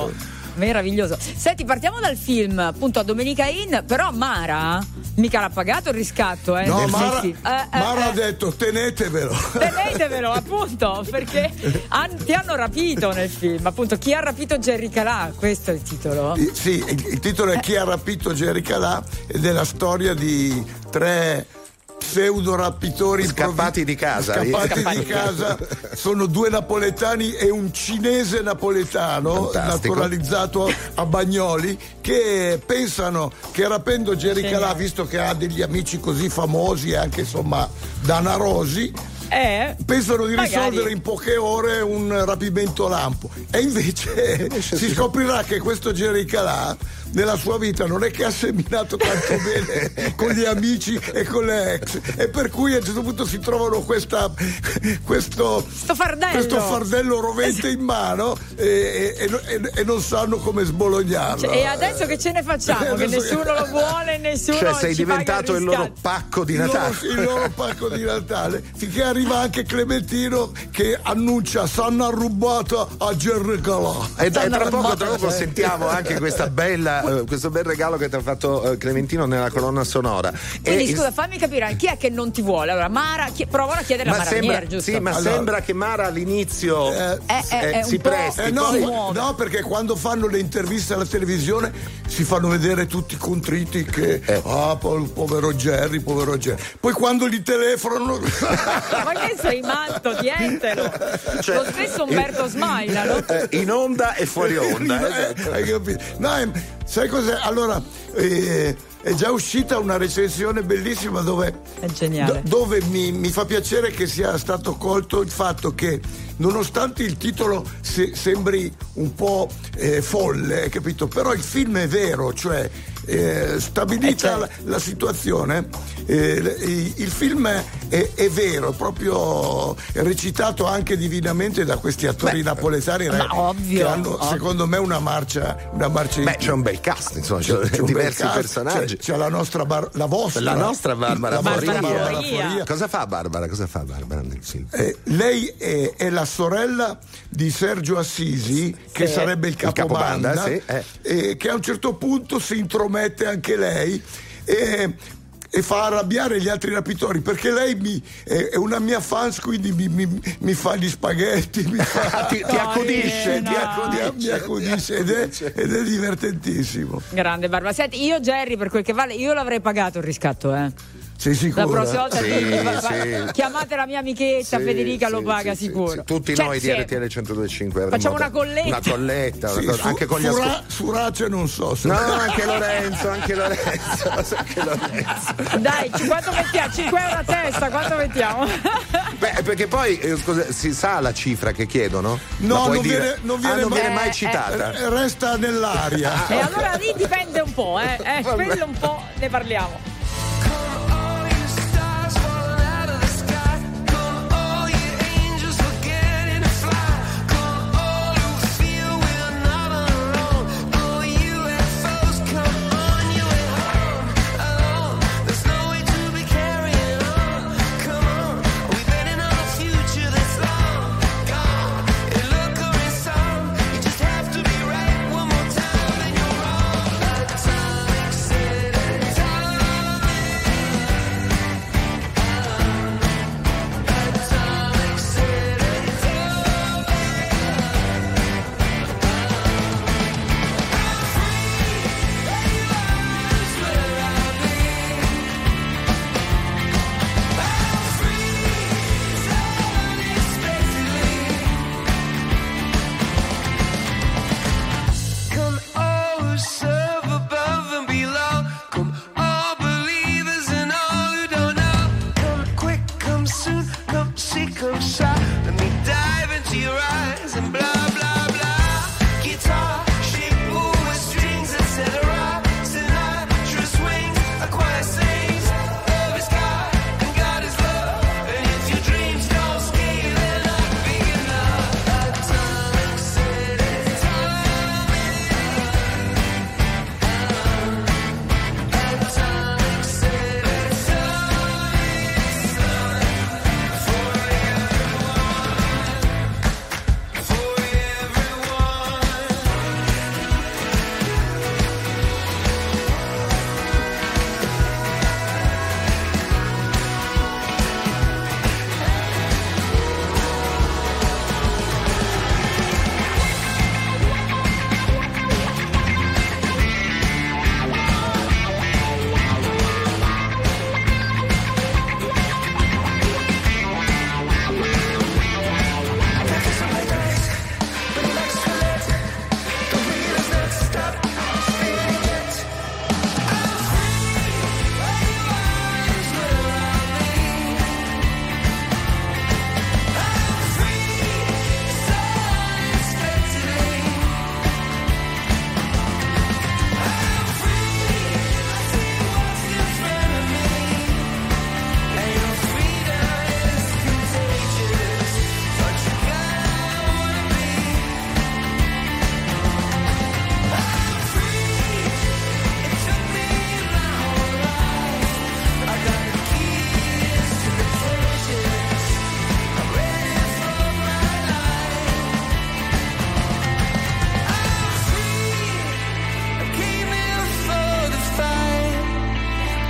meraviglioso. Senti, partiamo dal film, appunto a Domenica In, però Mara mica l'ha pagato il riscatto, eh? No, Mara, eh, eh, Mara eh. ha detto tenetevelo. Tenetevelo, appunto, perché han, ti hanno rapito nel film, appunto, chi ha rapito Jerry Calà, questo è il titolo. I, sì, il, il titolo è eh. Chi ha rapito Jerry Calà ed è la storia di tre pseudo rapitori scappati di casa scappati scappati. di casa sono due napoletani e un cinese napoletano fantastico, naturalizzato a Bagnoli, che pensano che rapendo Jerry Calà, visto che ha degli amici così famosi e anche insomma danarosi, Eh, pensano di magari. risolvere in poche ore un rapimento lampo, e invece si scoprirà che questo Jerry Calà nella sua vita non è che ha seminato tanto bene con gli amici e con le ex, e per cui a un certo punto si trovano questa questo, fardello. questo fardello rovente in mano e, e, e, e non sanno come sbolognarlo. Cioè, e adesso che ce ne facciamo? Che nessuno lo vuole, nessuno cioè sei ci diventato il, il loro pacco di il Natale loro, il loro pacco di Natale, finché arriva anche Clementino che annuncia s'hanno rubata a Jerry Calà, e dai, tra poco, tra poco sentiamo anche questa bella Uh, questo bel regalo che ti ha fatto uh, Clementino nella colonna sonora. Quindi e scusa, fammi capire chi è che non ti vuole. Allora Mara, chi, proviamo a chiedere a Mara sembra, Nier, giusto? sì, ma allora, sembra che Mara all'inizio eh, è, è, è si un po', presti eh, no, poi... no, perché quando fanno le interviste alla televisione si fanno vedere tutti contriti che eh. ah, po- povero Jerry, povero Jerry. Poi quando li telefonano ma che sei matto, dietelo. Cioè, lo stesso Umberto eh, Smaila, no? Eh, in onda e fuori onda. eh, hai capito? No, eh, sai cos'è? Allora eh, è già uscita una recensione bellissima dove, è geniale. do, dove mi, mi fa piacere che sia stato colto il fatto che nonostante il titolo se, sembri un po' eh, folle, capito? Però il film è vero, cioè eh, stabilita la, la situazione, eh, il film è, è vero, proprio recitato anche divinamente da questi attori Beh, napoletani ma ovvio, che hanno ovvio. secondo me una marcia una marcia Beh, c'è un bel cast, insomma, c'è, c'è diversi cast, personaggi. C'è, c'è la nostra bar, la vostra la nostra Barbara, la Foria. Barbara Foria. Foria. Cosa fa Barbara? Cosa fa Barbara nel film? Eh, lei è, è la sorella di Sergio Assisi, che sì. sarebbe il capobanda, il capobanda sì, eh. eh, che a un certo punto si intromette anche lei e, e fa arrabbiare gli altri rapitori, perché lei mi, è, è una mia fans, quindi mi, mi, mi fa gli spaghetti, mi fa, ti, ti accudisce, no. ti accudisce, mi accudisce ed è, ed è divertentissimo. Grande Barbara. Senti, io Jerry, per quel che vale, io l'avrei pagato il riscatto, eh. Sei sicura? La prossima volta sì, sì. chiamate la mia amichetta sì, Federica, sì, lo paga sì, sicuro. sì. Tutti cioè, noi di R T L centodue e cinque facciamo una colletta. Una colletta, una Sì, cosa, su, anche con gli Fura, ascoltatori. Surace non so se... No, anche Lorenzo, anche Lorenzo, anche Lorenzo. Dai, quanto mettiamo? cinque euro a testa, quanto mettiamo? Beh, perché poi eh, scusa, si sa la cifra che chiedono? No, non dire? viene, non viene, ah, non mai, viene mai eh, citata. eh, resta nell'aria. E allora lì dipende un po', eh. eh quello un po' ne parliamo.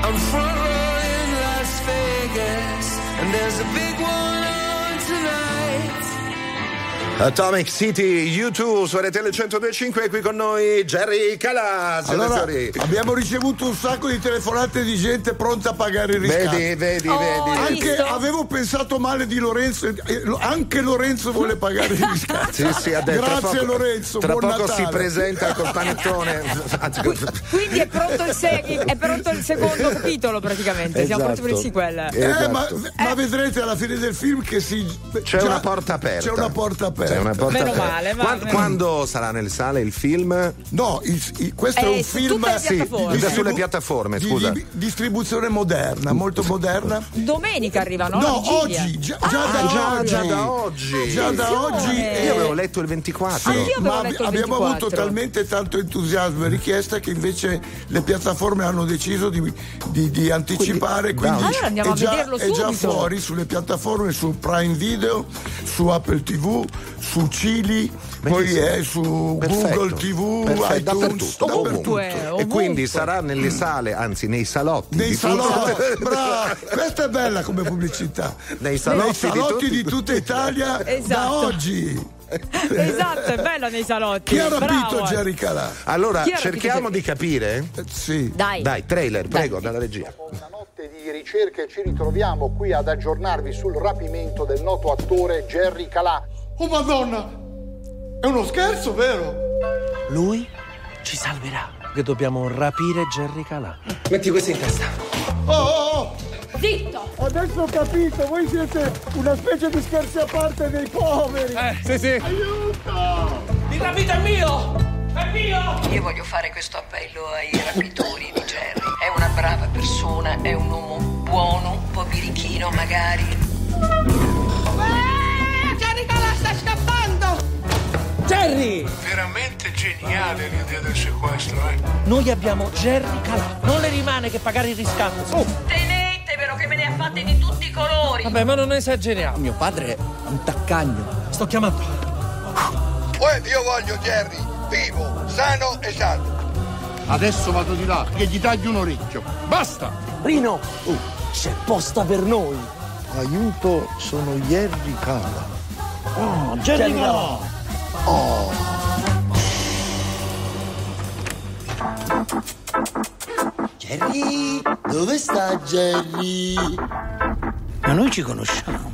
I'm front row in Las Vegas, and there's a big one on tonight. Atomic City, U due su R T L centodue e cinque, qui con noi Jerry Calà. Allora, abbiamo ricevuto un sacco di telefonate di gente pronta a pagare il riscatto. Vedi, vedi, oh, vedi. Anche avevo pensato male di Lorenzo, anche Lorenzo vuole pagare il riscatto. Sì, sì, ha detto. Grazie poco, Lorenzo, tra buon poco Natale. si presenta col panettone. Quindi è pronto il, se- è pronto il secondo capitolo praticamente. Siamo pronti per il sequel. Eh, ma, Esatto. ma vedrete alla fine del film che si C'è già- una porta aperta. C'è una porta aperta. C'è una porta Meno aperta. male, ma- Quando, quando sarà nelle sale il film? No, il, il, questo Eh, è un su film tutte le sì, piattaforme. di- Sulle piattaforme, di- scusa. di distribuzione moderna, molto moderna. Domenica arriva, no? No, La vigilia. oggi, già, già Ah, da già, oggi. già da oggi. Già da oggi. Io avevo letto il ventiquattro. Sì, Anch'io avevo ma letto il abbiamo ventiquattro. avuto talmente tanto entusiasmo e richiesta che invece le piattaforme hanno deciso di, di, di anticipare, quindi, Allora andiamo è, a già, vederlo è già subito. fuori sulle piattaforme, su Prime Video, su Apple tivù, su Cili, poi è su Perfetto. Google tivù, Perfetto, iTunes, dappertutto, ovunque, E ovunque. quindi sarà nelle sale, anzi nei salotti. nei di salotti, tutte- bravo, questa è bella come pubblicità. Nei salotti, Nei salotti di, di, tutta Italia da Esatto. oggi. Esatto, è bella nei salotti. Chi ha rapito Bravo. Jerry Calà? Allora, Chi era cerchiamo che- di capire. Eh, sì. Dai. Dai, trailer, prego, dalla regia. Una notte di ricerche ci ritroviamo qui ad aggiornarvi sul rapimento del noto attore Jerry Calà. Oh Madonna! È uno scherzo, vero? Lui ci salverà. Che dobbiamo rapire Jerry Calà. Metti questo in testa. Oh, oh, oh! Zitto! Adesso ho capito, voi siete una specie di scherzi a parte dei poveri! Eh, sì, sì. Aiuto! Il rapito è mio! È mio! Io voglio fare questo appello ai rapitori di Jerry. È una brava persona, è un uomo buono, un po' birichino magari. Eh, Jerry Calà sta scappando! Jerry! Veramente geniale l'idea del sequestro, eh? Noi abbiamo Jerry Calà. Non le rimane che pagare il riscatto. Su. Tenetevelo che me ne ha fatte di tutti i colori. Vabbè, ma non esageriamo. Mio padre è un taccagno. Sto chiamando. Uè, io voglio Jerry, vivo, sano e salvo. Adesso vado di là e gli taglio un orecchio. Basta! Rino, oh, c'è posta per noi. Aiuto, sono Jerry Calà. Oh, Jerry Calà. Oh. Jerry, dove sta Jerry? Ma noi ci conosciamo.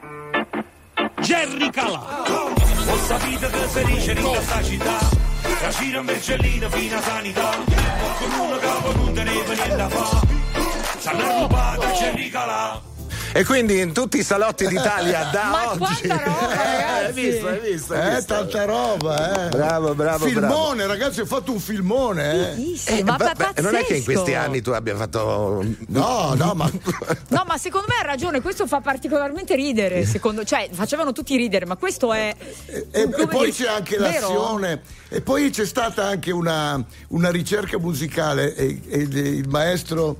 Jerry Calà! Ho sapito che sei dice in questa città, la gira Mercellino fino a sanità, con uno capo non teneva niente da fa, s'hanno rubato Jerry Calà. E quindi in tutti i salotti d'Italia da Ma oggi. quanta roba, ragazzi! Hai visto, hai visto? hai Eh, visto? tanta roba, eh! Bravo, bravo, Filmone, bravo. ragazzi, ho fatto un filmone, eh! Bellissimo, Eh, ma vabbè, pazzesco. non è che in questi anni tu abbia fatto. No, no, ma. No, ma secondo me ha ragione, questo fa particolarmente ridere, secondo, cioè facevano tutti ridere, ma questo è E, e come poi dire, c'è anche vero? l'azione, e poi c'è stata anche una, una ricerca musicale e, e il maestro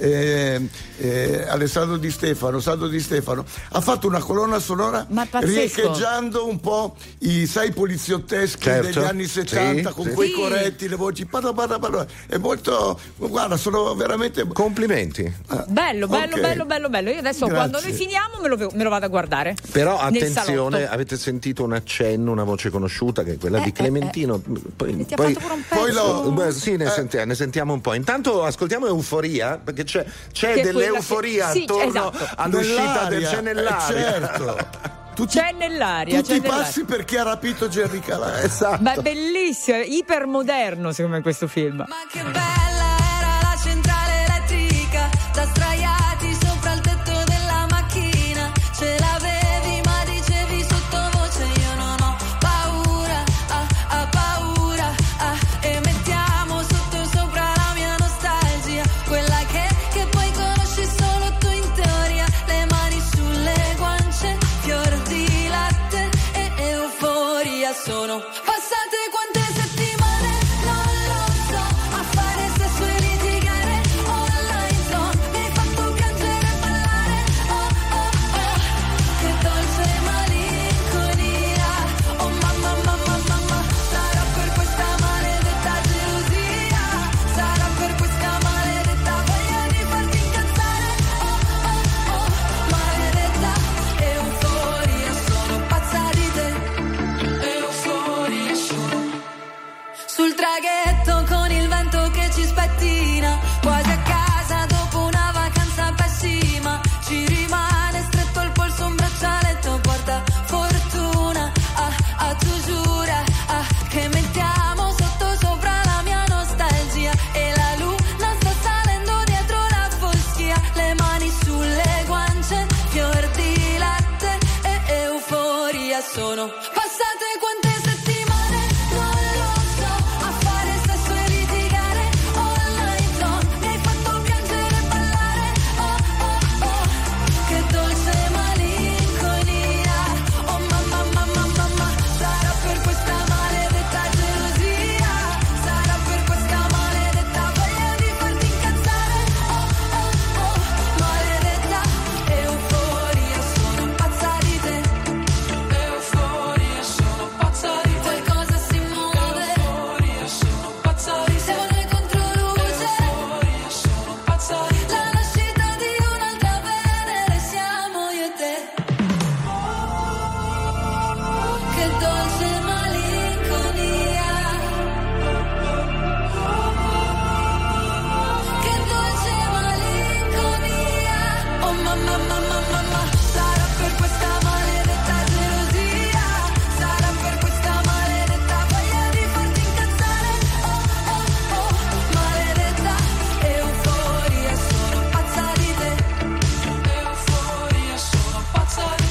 eh, eh, Alessandro Di Stefano, Sandro Di Stefano, ha fatto una colonna sonora Ma pazzesco. riecheggiando un po' i sai poliziotteschi Certo, degli anni settanta, sì, con sì. quei Sì. corretti, le voci, parla, parla, parla. È molto, guarda, sono veramente. Complimenti. Bello, bello, Ok. bello, bello, bello. Io adesso Grazie. quando noi finiamo me lo, me lo vado a guardare. Però Nel attenzione, salotto. avete sentito un accenno, una voce conosciuta che è quella Eh, di eh, Clementino. Poi, E ti ha poi- fatto pure un poi pezzo. lo- Beh, sì, ne, Eh. sentiamo, ne sentiamo un po'. Intanto ascoltiamo Euforia, perché c'è, c'è Che è quella dell'euforia che- sì, attorno esatto. all'uscita del Nell'aria, c'è nell'aria. eh, certo. Tutti, C'è nell'aria. tutti c'è i nell'aria. passi per chi ha rapito Jerry Calà. Esatto. Beh, bellissimo, è ipermoderno secondo me questo film. Ma che bella era la centrale elettrica, da sdraiati sopra il tetto della macchina. Ce l'avevi ma dicevi sottovoce io non ho paura, ah, ah, paura, ah. E mettiamo sotto sopra la mia nostalgia, quella che, che poi conosci solo tu in teoria. Le mani sulle guance, fior di latte e euforia. Sono passate quante settimane, non lo so, a fare sesso e litigare online zone. Mi hai fatto piangere e ballare, oh oh oh, che dolce malinconia. Oh mamma mamma mamma, sarà per questa maledetta gelosia, sarà per questa maledetta voglia di farti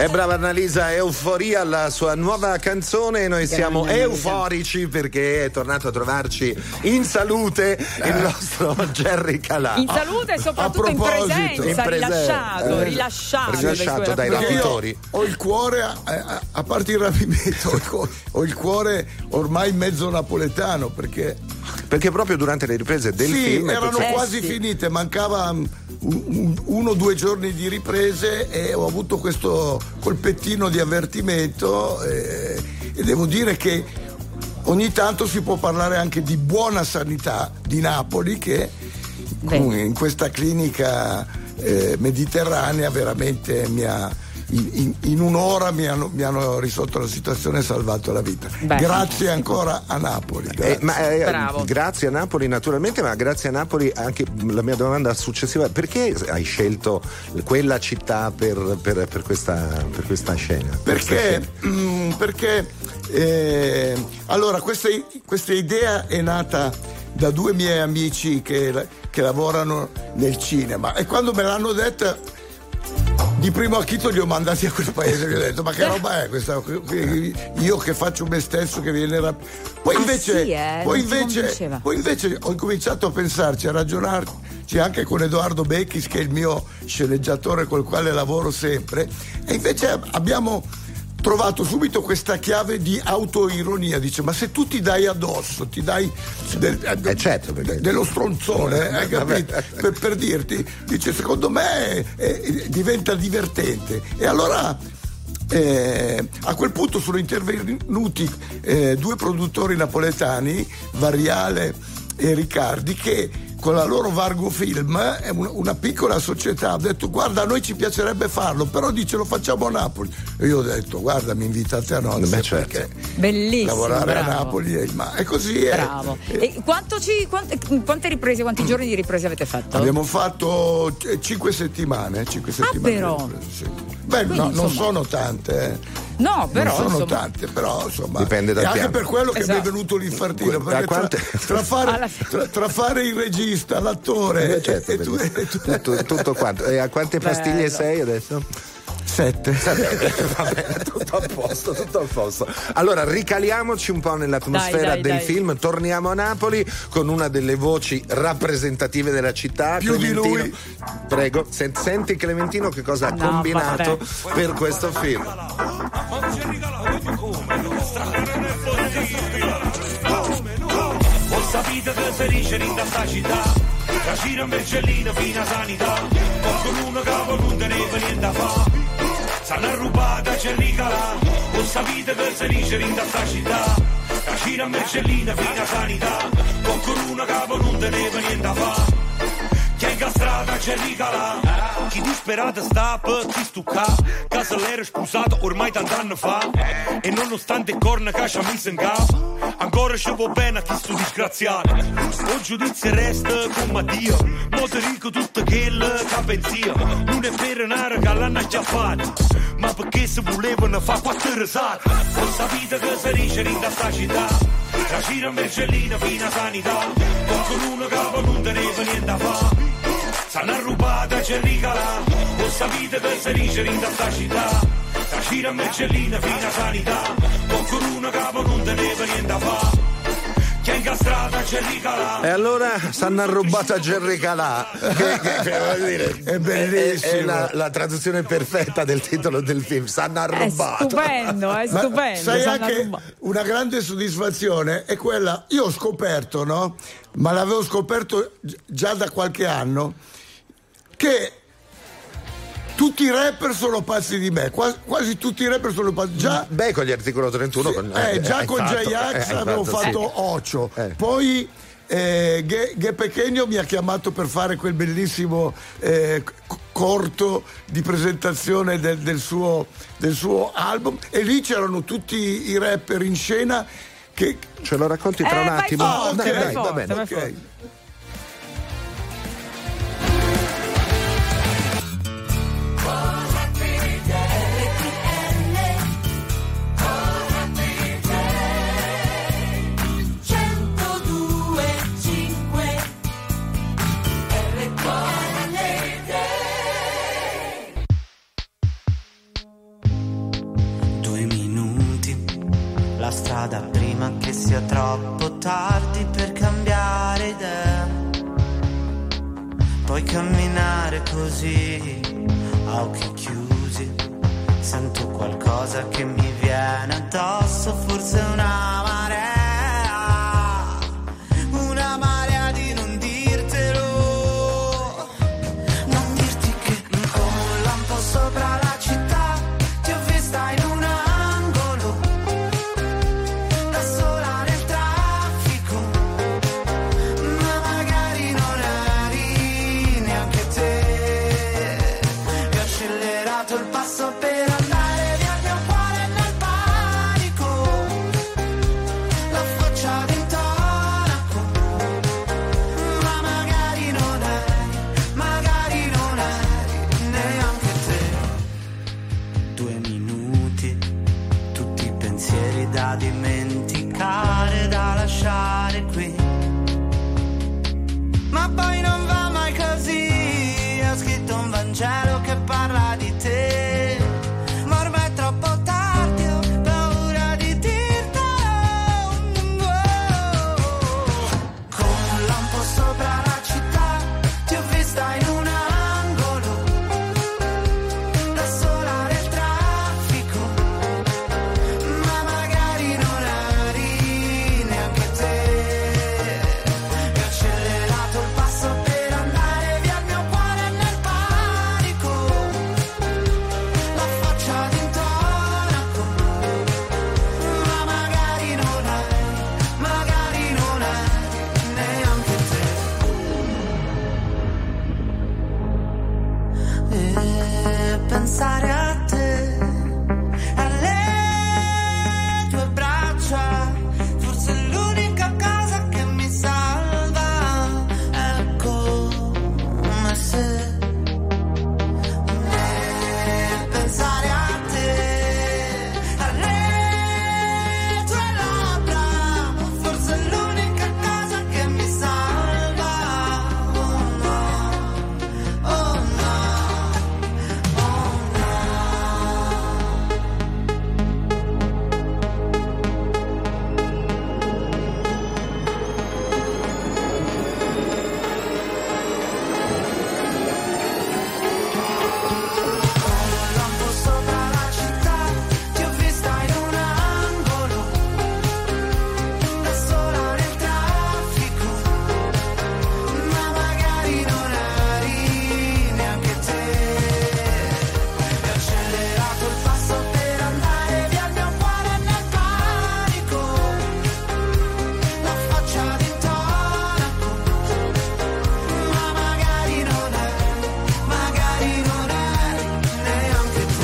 È brava Annalisa, Euforia, la sua nuova canzone, e noi siamo Grande euforici perché è tornato a trovarci in salute il nostro Jerry Calà. In salute e soprattutto in presenza, in prese- rilasciato, eh, rilasciato, rilasciato dai Perché rapitori. io ho il cuore, a, a- a parte il rapimento, ho il co- ho il cuore ormai mezzo napoletano, perché Perché proprio durante le riprese del sì, film erano eh, quasi sì. finite, mancava um, un- un- uno o due giorni di riprese e ho avuto questo colpettino di avvertimento eh, e devo dire che ogni tanto si può parlare anche di buona sanità di Napoli, che Bene. in questa clinica eh, mediterranea veramente mi ha in, in- in un'ora mi hanno, mi hanno risolto la situazione e salvato la vita. Beh. Grazie ancora a Napoli. Grazie. Eh, ma, eh, Bravo. grazie a Napoli naturalmente, ma grazie a Napoli anche la mia domanda successiva: perché hai scelto quella città per, per- per questa, per questa scena? Per questa Perché, scena? mm, perché eh, allora questa, questa idea è nata da due miei amici che, che lavorano nel cinema, e quando me l'hanno detta di primo acchito li ho mandati a quel paese, gli ho detto ma che roba è questa, io che faccio me stesso che viene rap- poi Ah, invece, sì, eh, poi, non ti invece convinceva. poi invece ho cominciato a pensarci, a ragionarci anche con Edoardo Becchis, che è il mio sceneggiatore col quale lavoro sempre, e invece abbiamo trovato subito questa chiave di autoironia. Dice ma se tu ti dai addosso, ti dai del- Eh, certo, perché- dello stronzone, hai capito? Per, per dirti, dice secondo me eh, diventa divertente. E allora eh, a quel punto sono intervenuti eh, due produttori napoletani, Variale e Riccardi, che con la loro Vargo Film è una, una piccola società. Ho detto guarda, a noi ci piacerebbe farlo, però dice lo facciamo a Napoli. E io ho detto guarda, mi invitate a nozze, Beh, certo. perché Bellissimo, lavorare bravo. a Napoli è, ma è così. è. Bravo. E quanto ci, quante, quante riprese, quanti giorni di riprese avete fatto? Abbiamo fatto eh, cinque settimane, cinque settimane. però. di riprese, sì. Beh, Quindi, no, non insomma- sono tante, eh. No, però non sono insomma- tante, però insomma. Dipende dal e anche piano. per quello che Esatto. mi è venuto l'infartino. Que- Perché a quante- tra, tra fare, Alla- tra, tra fare il regista, l'attore Eh, certo, e, e tu, e tu- tutto, tutto quanto. E a quante pastiglie Bello. sei adesso? Sette. Va bene, tutto a posto, tutto a posto. Allora, ricaliamoci un po' nell'atmosfera Dai, dai, del dai. film. Torniamo a Napoli con una delle voci rappresentative della città. Più di Clementino. lui. Prego, sen- senti Clementino che cosa ha No, combinato vabbè. per questo film. Ho sapito che sei riceri in questa città, la gira in Vercellino fino a sanità, qualcuno che non teneva niente a fa, s'hanno rubata c'è ricalà. Ho sapito che sei riceri in questa città, la gira in Vercellino fino a sanità, qualcuno che non teneva niente a fa, che in strada c'è ricalà. Chi disperata sta per chi stucca, che se l'era sposato ormai tant'anni fa, e nonostante corna che ci ha messo in capo, ancora ci va bene a chi sto disgraziato. O giudizio resta con Mattia, mo ti dico tutto quello che pensia. Non è per nare che l'hanno già fatto, ma perché se volevano fa quattro risate. Ho sapito che sei riceri in questa città, la gira in Vercellina fino a sanità, qualcuno che non teneva niente a fa, s'hanno rubata c'è ricalà. Ho sapito che sei riceri in questa città, la gira in Vercellina fino a sanità, qualcuno che non teneva niente a fa, che incastrata c'è ricalà. E allora s'hanno rubato a Jerry Calà, che, che, che voglio dire, È bellissimo. È, è la, la traduzione perfetta del titolo del film. S'hanno È rubato. stupendo, è Ma stupendo. sai s'hanno anche rubato. una grande soddisfazione è quella, io ho scoperto, no? Ma l'avevo scoperto gi- già da qualche anno, che tutti i rapper sono pazzi di me, quasi, quasi tutti i rapper sono pazzi. Già, Beh, con gli articolo trentuno. Con, eh, già hai con fatto, J-Ax eh, hai avevo fatto, fatto sì. Ocio, Eh. poi eh, Ghe, Ghe Pequeno mi ha chiamato per fare quel bellissimo eh, c- corto di presentazione del, del, suo, del suo album, e lì c'erano tutti i rapper in scena che... Ce lo racconti tra Eh, un vai attimo? forte, Dai, vai dai, va forte, bene. vai Ok. forte. strada prima che sia troppo tardi per cambiare idea. Puoi camminare così a occhi chiusi. Sento qualcosa che mi viene addosso, forse una marea, una marea di non dirtelo. Non dirti che con un lampo sopra la città ti ho vista in un angolo, da sola nel traffico, ma magari non eri neanche te. E ho accelerato il passo per andare via il mio cuore nel panico, la faccia d'intonaco, ma magari non eri, magari non eri neanche te. Due minuti, tutti i pensieri da dimenticare, da lasciare qui, ma poi non va mai così. Ho scritto un Vangelo che parla di te, ma ormai è troppo tardi, ho paura di dirtelo. Con un lampo sopra la città ti ho vista in un angolo, da sola nel traffico, ma magari non eri neanche te. E ho accelerato il passo per andare via il mio cuore nel panico, la faccia d'intonaco, ma magari non eri, magari non eri neanche te. E pensare a te, alle tue braccia, forse è l'unica cosa che mi salva. È come se e pensare a te, alle tue labbra, forse è l'unica cosa che mi salva. Oh no, oh no, oh no. Lampo sopra la città ti ho vista in un angolo, da sola nel traffico, ma magari non eri neanche te. E ho accelerato il passo per andare via il mio cuore nel panico, la faccia d'intonaco, ma magari non eri, magari non eri neanche te.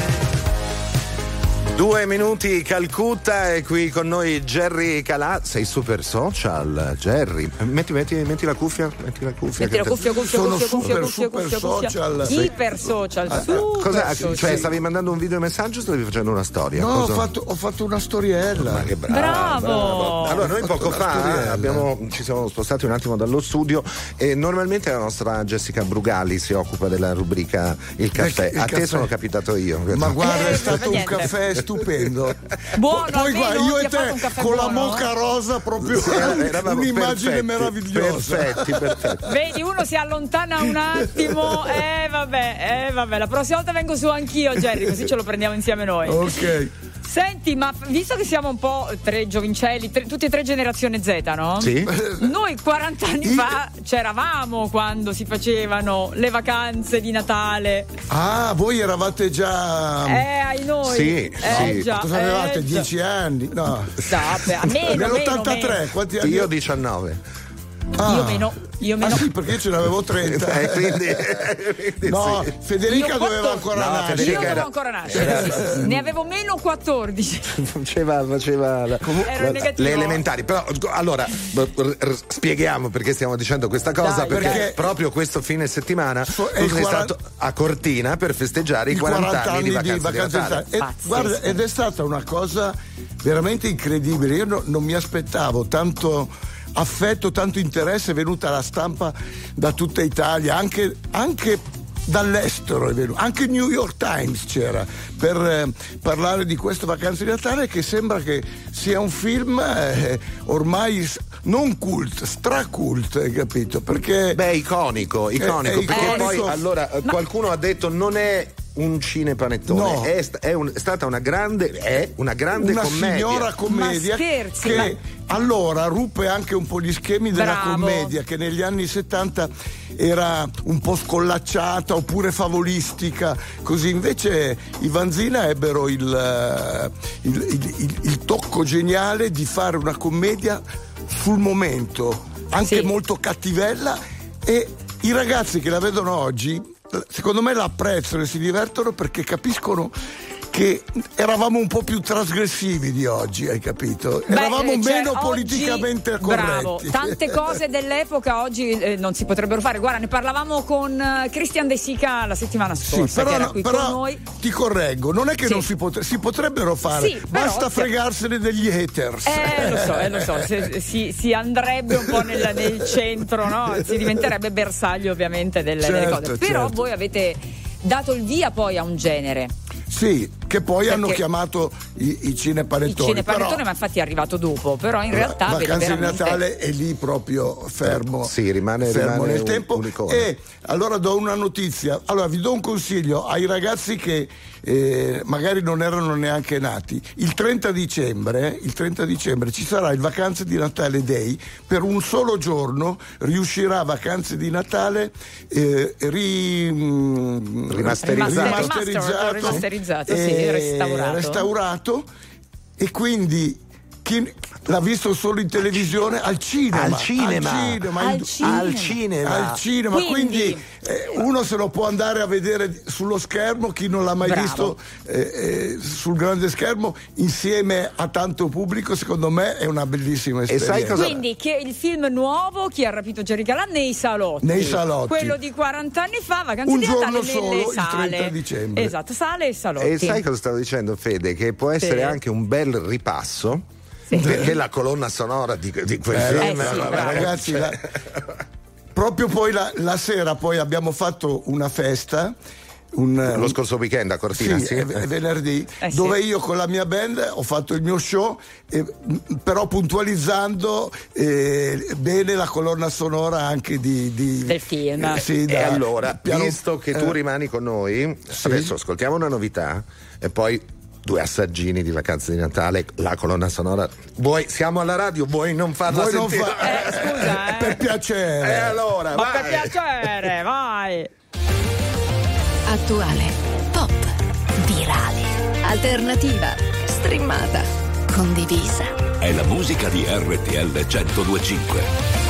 Due minuti Calcutta e qui con noi Jerry Calà. Sei super social, Jerry. Metti, metti, metti la cuffia, metti la cuffia. Metti la che- cuffia, cuffia, Sono cuffia, cuffia, super, cuffia, super cuffia, cuffia. social. Iper social, Ah, super cosa, social. cioè, stavi mandando un video messaggio o stavi facendo una storia? No, ho Cosa- fatto, ho fatto una storiella. Ma che bravo, Bravo. Allora, noi Ho fatto poco una fa storiella. abbiamo, ci siamo spostati un attimo dallo studio e normalmente la nostra Jessica Brugali si occupa della rubrica Il caffè. Il A caffè. te sono capitato io. Ma guarda, Eh, è stato un niente. caffè stupendo. Buono, Poi almeno guarda, io ti e ha fatto un te caffè con la buono. moca rosa, proprio Sì, eravamo un'immagine perfetti, meravigliosa. Perfetti, perfetti. Vedi, uno si allontana un attimo. Eh vabbè, eh vabbè, la prossima volta vengo su anch'io, Jerry, così ce lo prendiamo insieme noi. Ok. Senti, ma visto che siamo un po' tre giovincelli, tre, tutti e tre generazione Z, no? Sì. Noi quaranta anni fa c'eravamo quando si facevano le vacanze di Natale. Ah, voi eravate già. Eh, ai noi. Sì, eh, sì. già, Cosa avevate? eh, già. Dieci anni? No. Vabbè, a meno, meno, Nell'ottantatré, meno. quanti anni? Io diciannove. Ah. Io meno, io meno. Ah sì, perché io ce ne avevo trenta. Eh, quindi, quindi No, sì. Federica Io doveva quattordici. ancora No, nascere. Federica Io era- devo ancora nascere. Ne avevo meno quattordici. Faceva, faceva la- Ero la- negativo. le elementari. Però allora r- r- spieghiamo perché stiamo dicendo questa cosa. Dai, perché dai. proprio questo fine settimana So- è tu il sei quaranta stato a Cortina per festeggiare i I quaranta, anni di vacanze di, Natale. E, Pazzesco. guarda, ed è stata una cosa veramente incredibile. Io no- non mi aspettavo tanto affetto, tanto interesse. È venuta la stampa da tutta Italia, anche, anche dall'estero è venuto, anche il New York Times c'era per eh, parlare di queste vacanze di Natale, che sembra che sia un film eh, ormai non cult, stracult, hai capito? Perché beh, iconico, iconico, è, è perché iconico. Poi allora Ma... qualcuno ha detto non è un cinepanettone, no. è, è, un, è stata una grande è una grande una commedia. signora commedia. Ma scherzi, che ma... allora ruppe anche un po' gli schemi della Bravo. commedia, che negli anni settanta era un po' scollacciata oppure favolistica, così. Invece i Vanzina ebbero il, il, il, il, il tocco geniale di fare una commedia sul momento, anche sì. molto cattivella, e i ragazzi che la vedono oggi secondo me la apprezzano e si divertono, perché capiscono che eravamo un po' più trasgressivi di oggi, hai capito? Beh, eravamo cioè, meno oggi, politicamente corretti. Bravo, tante cose dell'epoca oggi eh, non si potrebbero fare. Guarda, ne parlavamo con uh, Christian De Sica la settimana scorsa, sì, però, che era no, qui però con noi. Ti correggo, non è che sì. non si, potre- si potrebbero fare, sì, però, basta sì. fregarsene degli haters. Eh, lo so, eh, lo so, se, si, si andrebbe un po' nel, nel centro, no? Si diventerebbe bersaglio ovviamente delle, certo, delle cose. Però certo. voi avete dato il via poi a un genere. Sì, che poi Perché hanno chiamato i, i cinepanettoni. Il cinepanettone, però, ma infatti è arrivato dopo, però in realtà Vacanze veramente... di Natale è lì proprio fermo, sì, rimane, fermo rimane nel un, tempo. un E allora do una notizia, allora vi do un consiglio ai ragazzi che eh, magari non erano neanche nati. Il trenta dicembre, il trenta dicembre ci sarà il Vacanze di Natale Day. Per un solo giorno riuscirà Vacanze di Natale eh, ri, mh, rimasterizzato, rimasterizzato, rimasterizzato e sì, restaurato. restaurato, e quindi chi l'ha visto solo in televisione, al cinema, al cinema, al cinema, al in, cinema. Al cinema. al cinema. Quindi, quindi eh, uno se lo può andare a vedere sullo schermo, chi non l'ha mai Bravo. visto eh, eh, sul grande schermo insieme a tanto pubblico. Secondo me è una bellissima esperienza. sai cosa- Quindi che il film nuovo, Chi ha rapito Jerry Calà, nei salotti. Nei salotti. Quello di quaranta anni fa, Vacanze Un di Natale giorno nelle solo, il sale. trenta dicembre. Esatto, sale e salotti. E sai cosa stavo dicendo, Fede? Che può essere Sì. anche un bel ripasso, Sì. perché la colonna sonora di, di quel Eh, film, eh sì, vabbè, bravo. ragazzi, cioè- la- proprio poi la, la sera poi abbiamo fatto una festa. Un, lo scorso weekend a Cortina, sì, sì. è- è venerdì, Eh, sì. dove io con la mia band ho fatto il mio show, eh, m- però puntualizzando eh, bene la colonna sonora anche di, di Del film. eh, sì, E da- allora, piano- visto che tu eh, rimani con noi, Sì. adesso ascoltiamo una novità e poi due assaggini di Vacanze di Natale, la colonna sonora. Vuoi, siamo alla radio, vuoi non farla Vuoi non sentire? fa- Eh, scusa, eh. per piacere. E allora, Ma vai. per piacere, vai. Attuale, pop, virale, alternativa, streamata, condivisa. È la musica di R T L centodue e cinque.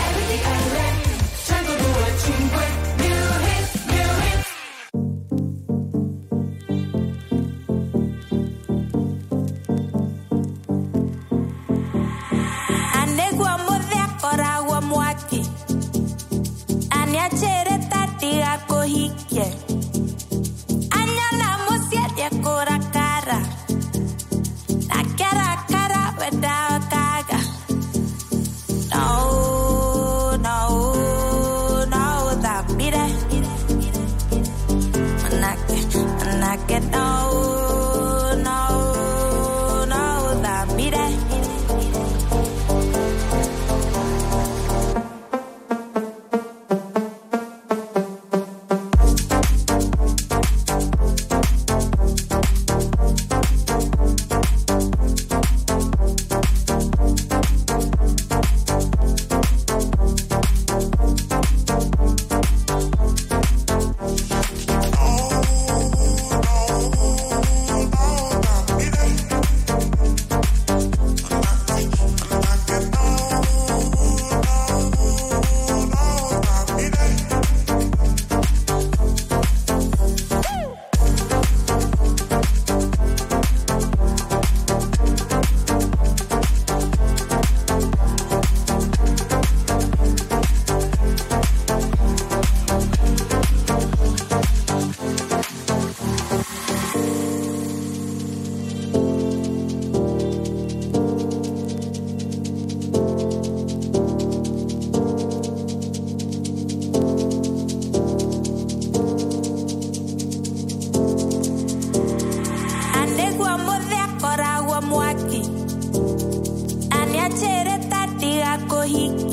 Anegua modea koragua mwaki. Aniachere tati ako hike. Anyala mosia dia kora cara. Na cara cara weda kaga. No, no, no, that mire. Manake, manake, no, no, no, that mire.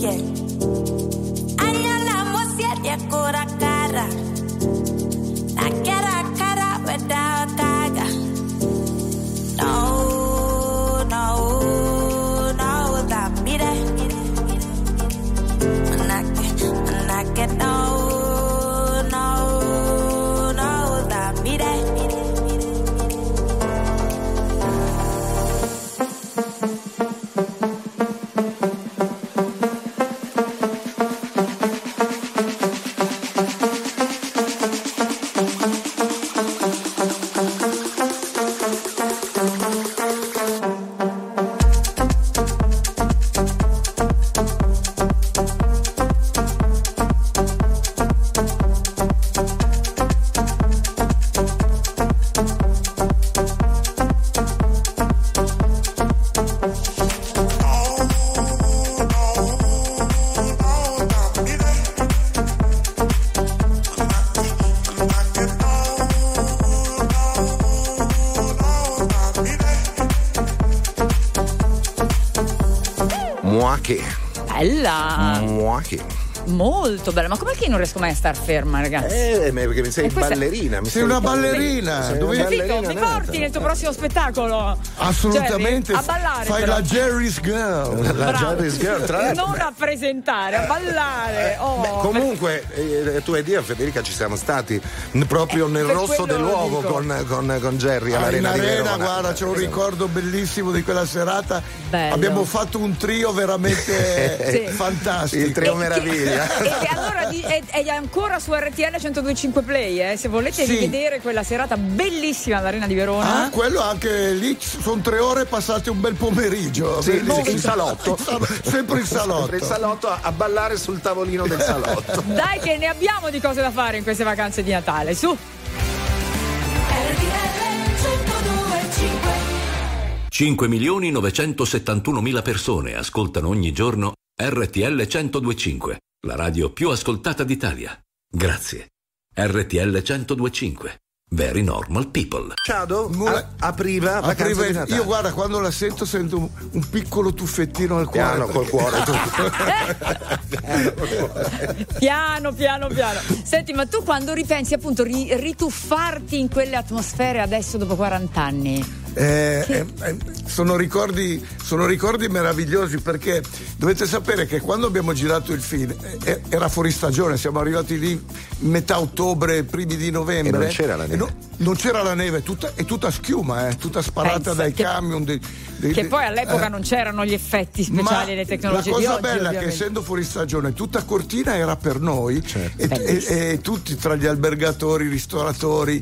yeah. Anya la mosia kura kara. Na kera kara without kaga. No, no, no, that me there. Manake, manake, no, no, no, that me there. Bella! Muachi. Molto bella, ma com'è che io non riesco mai a star ferma, ragazzi? Eh, perché mi sei questa... ballerina. Mi sei una ballerina. Sei Dove... una ballerina mi porti nel tuo prossimo spettacolo? Assolutamente. Jerry, a ballare. Fai però. la Jerry's Girl. La Jerry's Girl, tra l'altro. Non a presentare, a ballare. Oh, Beh, comunque, eh, tu ed io, Federica, ci siamo stati proprio nel per rosso del luogo con, con, con Jerry ah, all'Arena in di arena, Verona. guarda, c'è un ricordo bellissimo di quella serata. Bello. Abbiamo fatto un trio veramente sì. fantastico. Il trio meraviglia. E, e allora è, è ancora su R T L centodue e cinque Play, eh? Se volete sì. rivedere quella serata bellissima all'Arena di Verona. Ah, quello anche lì sono tre ore passate un bel pomeriggio. Sì, in salotto. Sempre in salotto. Sempre in salotto a, a ballare sul tavolino del salotto. Dai che ne abbiamo di cose da fare in queste vacanze di Natale, su. cinque milioni novecentosettantunomila persone ascoltano ogni giorno R T L centodue e cinque, la radio più ascoltata d'Italia. Grazie. R T L centodue e cinque. Very normal people. Ciao, a- apriva, apriva di Natale. Io guarda, quando la sento sento un, un piccolo tuffettino al cuore. Piano col cuore. piano, piano, piano. Senti, ma tu quando ripensi appunto ri- rituffarti in quelle atmosfere adesso dopo quaranta anni? Eh, eh, eh, sono ricordi sono ricordi meravigliosi, perché dovete sapere che quando abbiamo girato il film eh, era fuori stagione, siamo arrivati lì metà ottobre, primi di novembre e non c'era la neve, no, non c'era la neve, tutta, è tutta schiuma, eh, tutta sparata Pensa dai che, camion dei, dei, che dei, poi all'epoca eh, non c'erano gli effetti speciali e le tecnologie la cosa di oggi, bella ovviamente. È che essendo fuori stagione tutta cortina era per noi, certo. e, e, e tutti tra gli albergatori, i ristoratori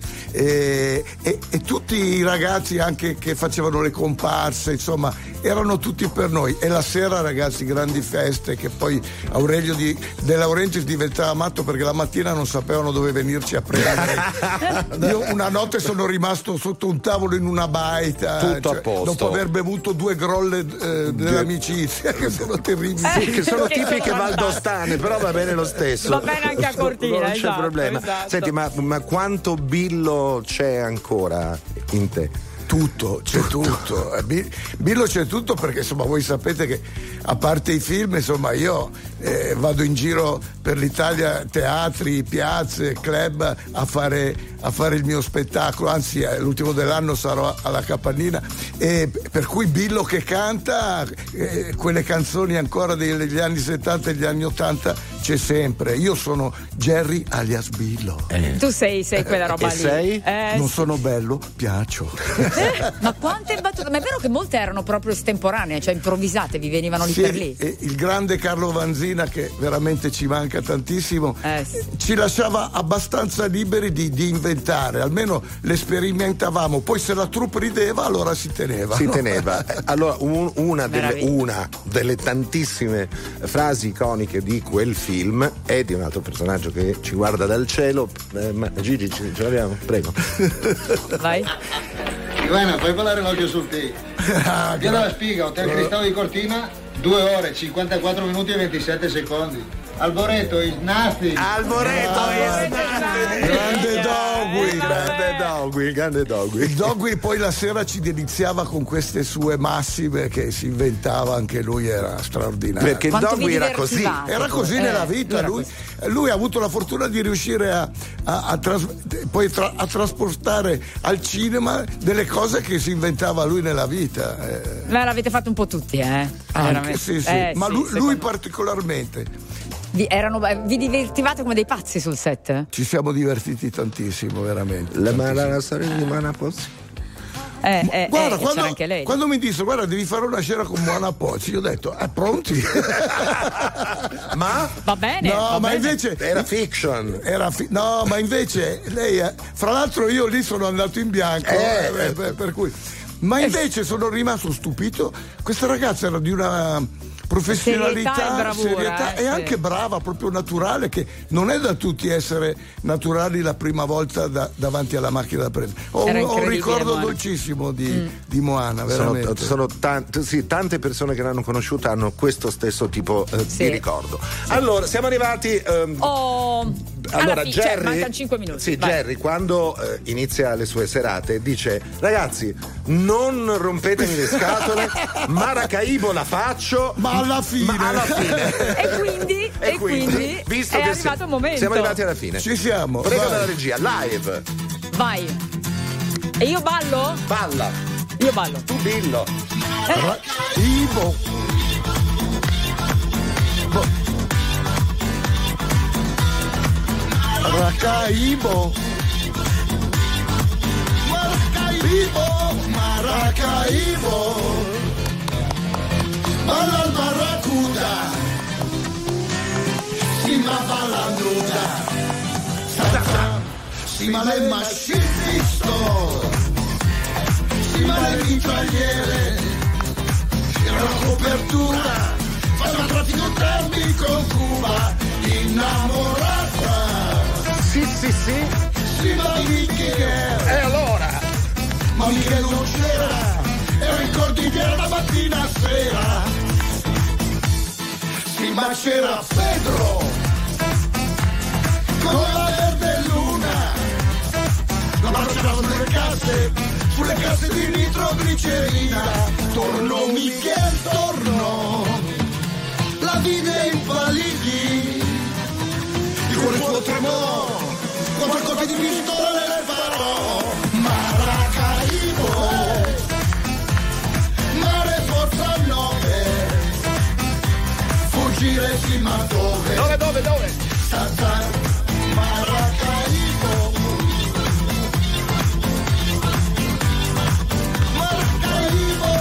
e, e, e tutti i ragazzi anche che facevano le comparse, insomma erano tutti per noi. E la sera, ragazzi, grandi feste, che poi Aurelio di, De Laurentiis diventava matto perché la mattina non sapevano dove venirci a prendere. Io una notte sono rimasto sotto un tavolo in una baita, tutto cioè, a posto, dopo aver bevuto due grolle eh, dell'amicizia che sono terribili, sì, che sono tipiche valdostane, però va bene lo stesso, va bene anche a Cortina, non c'è esatto, problema. Esatto. Senti, ma, ma quanto Billo c'è ancora in te? Tutto, c'è tutto. tutto. Billo c'è tutto, perché insomma voi sapete che a parte i film, insomma io eh, vado in giro per l'Italia, teatri, piazze, club a fare, a fare il mio spettacolo, anzi eh, l'ultimo dell'anno sarò alla Capannina, e per cui Billo che canta eh, quelle canzoni ancora degli anni settanta e degli anni ottanta c'è sempre. Io sono Jerry alias Billo. Eh. Tu sei, sei quella roba e lì. Sei? Eh, non sì. sono bello, piaccio. Eh, ma quante battute? Ma è vero che molte erano proprio estemporanee, cioè improvvisate, vi venivano lì sì, per lì. E il grande Carlo Vanzina, che veramente ci manca tantissimo, eh, sì. ci lasciava abbastanza liberi di, di inventare, almeno le sperimentavamo, poi se la troupe rideva allora si teneva. Si no? teneva. Allora un, una, delle, una delle tantissime frasi iconiche di quel film è di un altro personaggio che ci guarda dal cielo. Eh, ma, Gigi, ce, ce l'abbiamo? Prego. Vai. Ivana, fai parlare l'occhio sul te. Via dalla Spiga, Hotel Cristallo di Cortina, due ore, cinquantaquattro minuti e ventisette secondi. Alboreto is nothing. Alboreto ah, is nothing. Grande Dogui, grande Dogui. Dogui, il grande Dogui. Il Dogui poi la sera ci deliziava con queste sue massime che si inventava, anche lui era straordinario. Perché il Dogui era così. Era così eh, nella vita. Lui, lui ha avuto la fortuna di riuscire a, a, a, tras, poi tra, a trasportare al cinema delle cose che si inventava lui nella vita. Eh. L'avete fatto un po' tutti, eh? Anche, sì, sì. Eh, ma sì, lui, lui particolarmente. Vi, erano, vi divertivate come dei pazzi sul set? Ci siamo divertiti tantissimo, veramente. La, la, la storia di Moana Pozzi. Eh, eh, guarda, eh, quando, c'era anche lei. Quando mi disse guarda devi fare una scena con Moana Pozzi, io ho detto eh pronti. Ma va bene, no va ma bene. invece era fiction era fi- no ma invece lei eh, fra l'altro io lì sono andato in bianco eh, eh, eh, per, per cui ma invece sono rimasto stupito, questa ragazza era di una professionalità, serietà e, bravura, serietà, eh, e sì. anche brava, proprio naturale, che non è da tutti essere naturali la prima volta da, davanti alla macchina da prendere. Ho, ho un ricordo Moana. dolcissimo di, mm. di Moana, veramente. Sono, sono tante, sì, tante persone che l'hanno conosciuta hanno questo stesso tipo eh, sì. di ricordo. Sì. Allora, siamo arrivati. Um, oh. Allora, Jerry, cioè, mancano cinque minuti. Sì, vai. Jerry, quando eh, inizia le sue serate, dice: ragazzi, non rompetemi le scatole, Maracaibo la faccio, ma alla fine. Ma alla fine. e quindi, e, e quindi, quindi visto è che arrivato si- il momento. Siamo arrivati alla fine. Ci siamo. Prego vai. dalla regia, live. Vai. E io ballo? Balla. Io ballo. Tu dillo. Maracaibo. Maracaibo. Maracaibo. Maracaibo. Balla il barracuda. Si ma balla nuda. Si ma le machine pistol. Si ma le mitragliere. Era la copertura. Faceva traffico termico con Cuba. Innamorata. Sì, sì, sì. Si ma Michele. E allora? Ma Michele non c'era. Era in cordigliera da mattina a sera. Sì, ma c'era Pedro con la verde luna. La marciava sulle casse, sulle casse di nitroglicerina. Tornò Michele, tornò. La vide impallidì. Il cuore suo tremò. Quando il colpi di pistola le parò. Maracaibo. Mare forza nove. Fuggire sì ma dove? Dove, dove, dove? Santa Maracaibo. Maracaibo.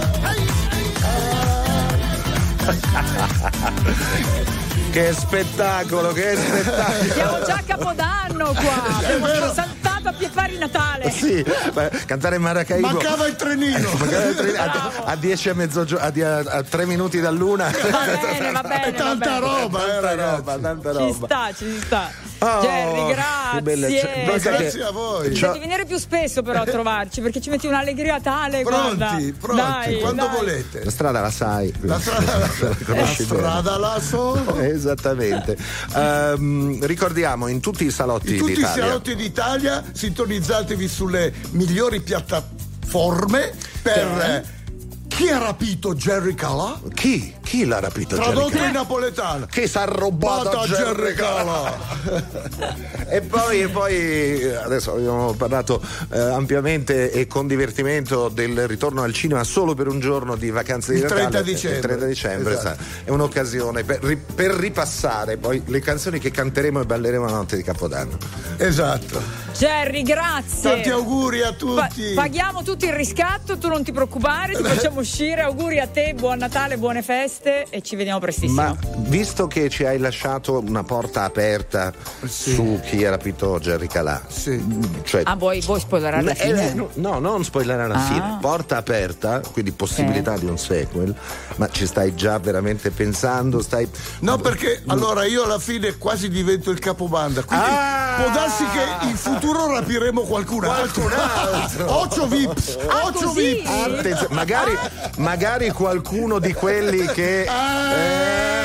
Che spettacolo, che spettacolo! Siamo già a Capodanno qua, abbiamo saltato a pari Natale. Sì, beh, cantare Maracaibo. Mancava il trenino. Mancava il trenino a, a dieci a mezzogiorno, a, a, a tre minuti dall'una. Va bene, va bene. È tanta va bene. roba, tanta eh, roba, tanta roba. Ci sta, ci sta. Oh, Jerry, grazie. Cioè, grazie a voi. Devi venire più spesso però a trovarci, perché ci metti un'allegria tale. Pronti, guarda. pronti, dai, quando dai. volete. La strada la sai. La strada la, la, strada la so. Esattamente. Um, ricordiamo in tutti i salotti in tutti d'Italia. i salotti d'Italia sintonizzatevi sulle migliori piattaforme per sì. Chi ha rapito Jerry Calà? Chi? Chi l'ha rapito Tradotto Jerry Calà? in napoletano. Chi s'ha rubato Jerry Calà? e poi, e poi adesso abbiamo parlato eh, ampiamente e con divertimento del ritorno al cinema solo per un giorno di vacanze di il Natale. trenta dicembre. Il trenta dicembre, esatto. È un'occasione per, per ripassare poi le canzoni che canteremo e balleremo la notte di Capodanno. Esatto. Jerry, grazie. Tanti auguri a tutti. Pa- paghiamo tutto il riscatto, tu non ti preoccupare, ti facciamo uscire. Auguri a te, buon Natale, buone feste e ci vediamo prestissimo. Ma visto che ci hai lasciato una porta aperta sì. su chi ha rapito Jerry Calà, sì. cioè, ah, vuoi, vuoi spoilerare la fine? Eh, no, no, non spoilerare la ah. fine. Porta aperta, quindi possibilità sì. di un sequel, ma ci stai già veramente pensando? Stai... No, perché allora io alla fine quasi divento il capobanda, quindi ah. può darsi che in futuro rapiremo qualcun altro. Qualcun altro. Occhio Vips, ah, occhio Vips. Attenzione, magari, magari qualcuno di quelli che ah. eh...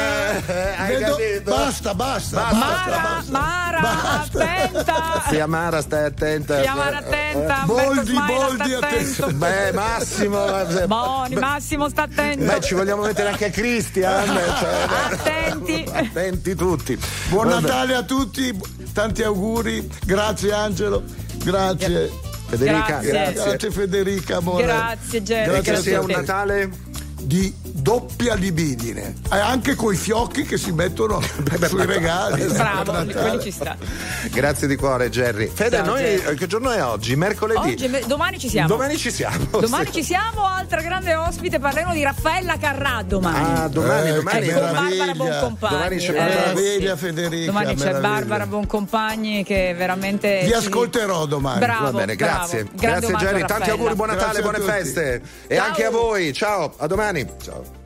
Vedo, basta, basta, basta. Mara, basta. Mara, basta. attenta. Zia Mara, stai attenta. Zia Mara, attenta. Boldi, Boldi, attento. Beh, Massimo. Boni, Massimo, sta attento. Beh, ci vogliamo mettere anche a Cristian. Cioè, attenti. Attenti tutti. Buon Vabbè. Natale a tutti, tanti auguri. Grazie Angelo. Grazie. Federica, grazie. grazie. Grazie Federica, amore. Grazie Jerry. Grazie che sia un Natale di doppia libidine, e anche coi fiocchi che si mettono sui regali. Bravo, quelli ci sta. Grazie di cuore Jerry. Fede, Ciao, noi Jerry. che giorno è oggi? Mercoledì. Oggi, domani ci siamo. Domani ci siamo. Domani ci siamo, altra grande ospite, parleremo di Raffaella Carrà domani. Ah, domani, Eh, domani. che con meraviglia. Barbara Boncompagni. Domani c'è Eh, meraviglia, sì. Federica. Domani c'è meraviglia. Barbara Boncompagni che veramente Vi ci- ascolterò domani. Bravo, Va bene, bravo. grazie. Grande Grazie omaggio a Jerry, tanti Raffaella. auguri, buon Natale, Grazie a buone tutti. feste. E Ciao. anche a voi. Ciao, a domani. Ciao.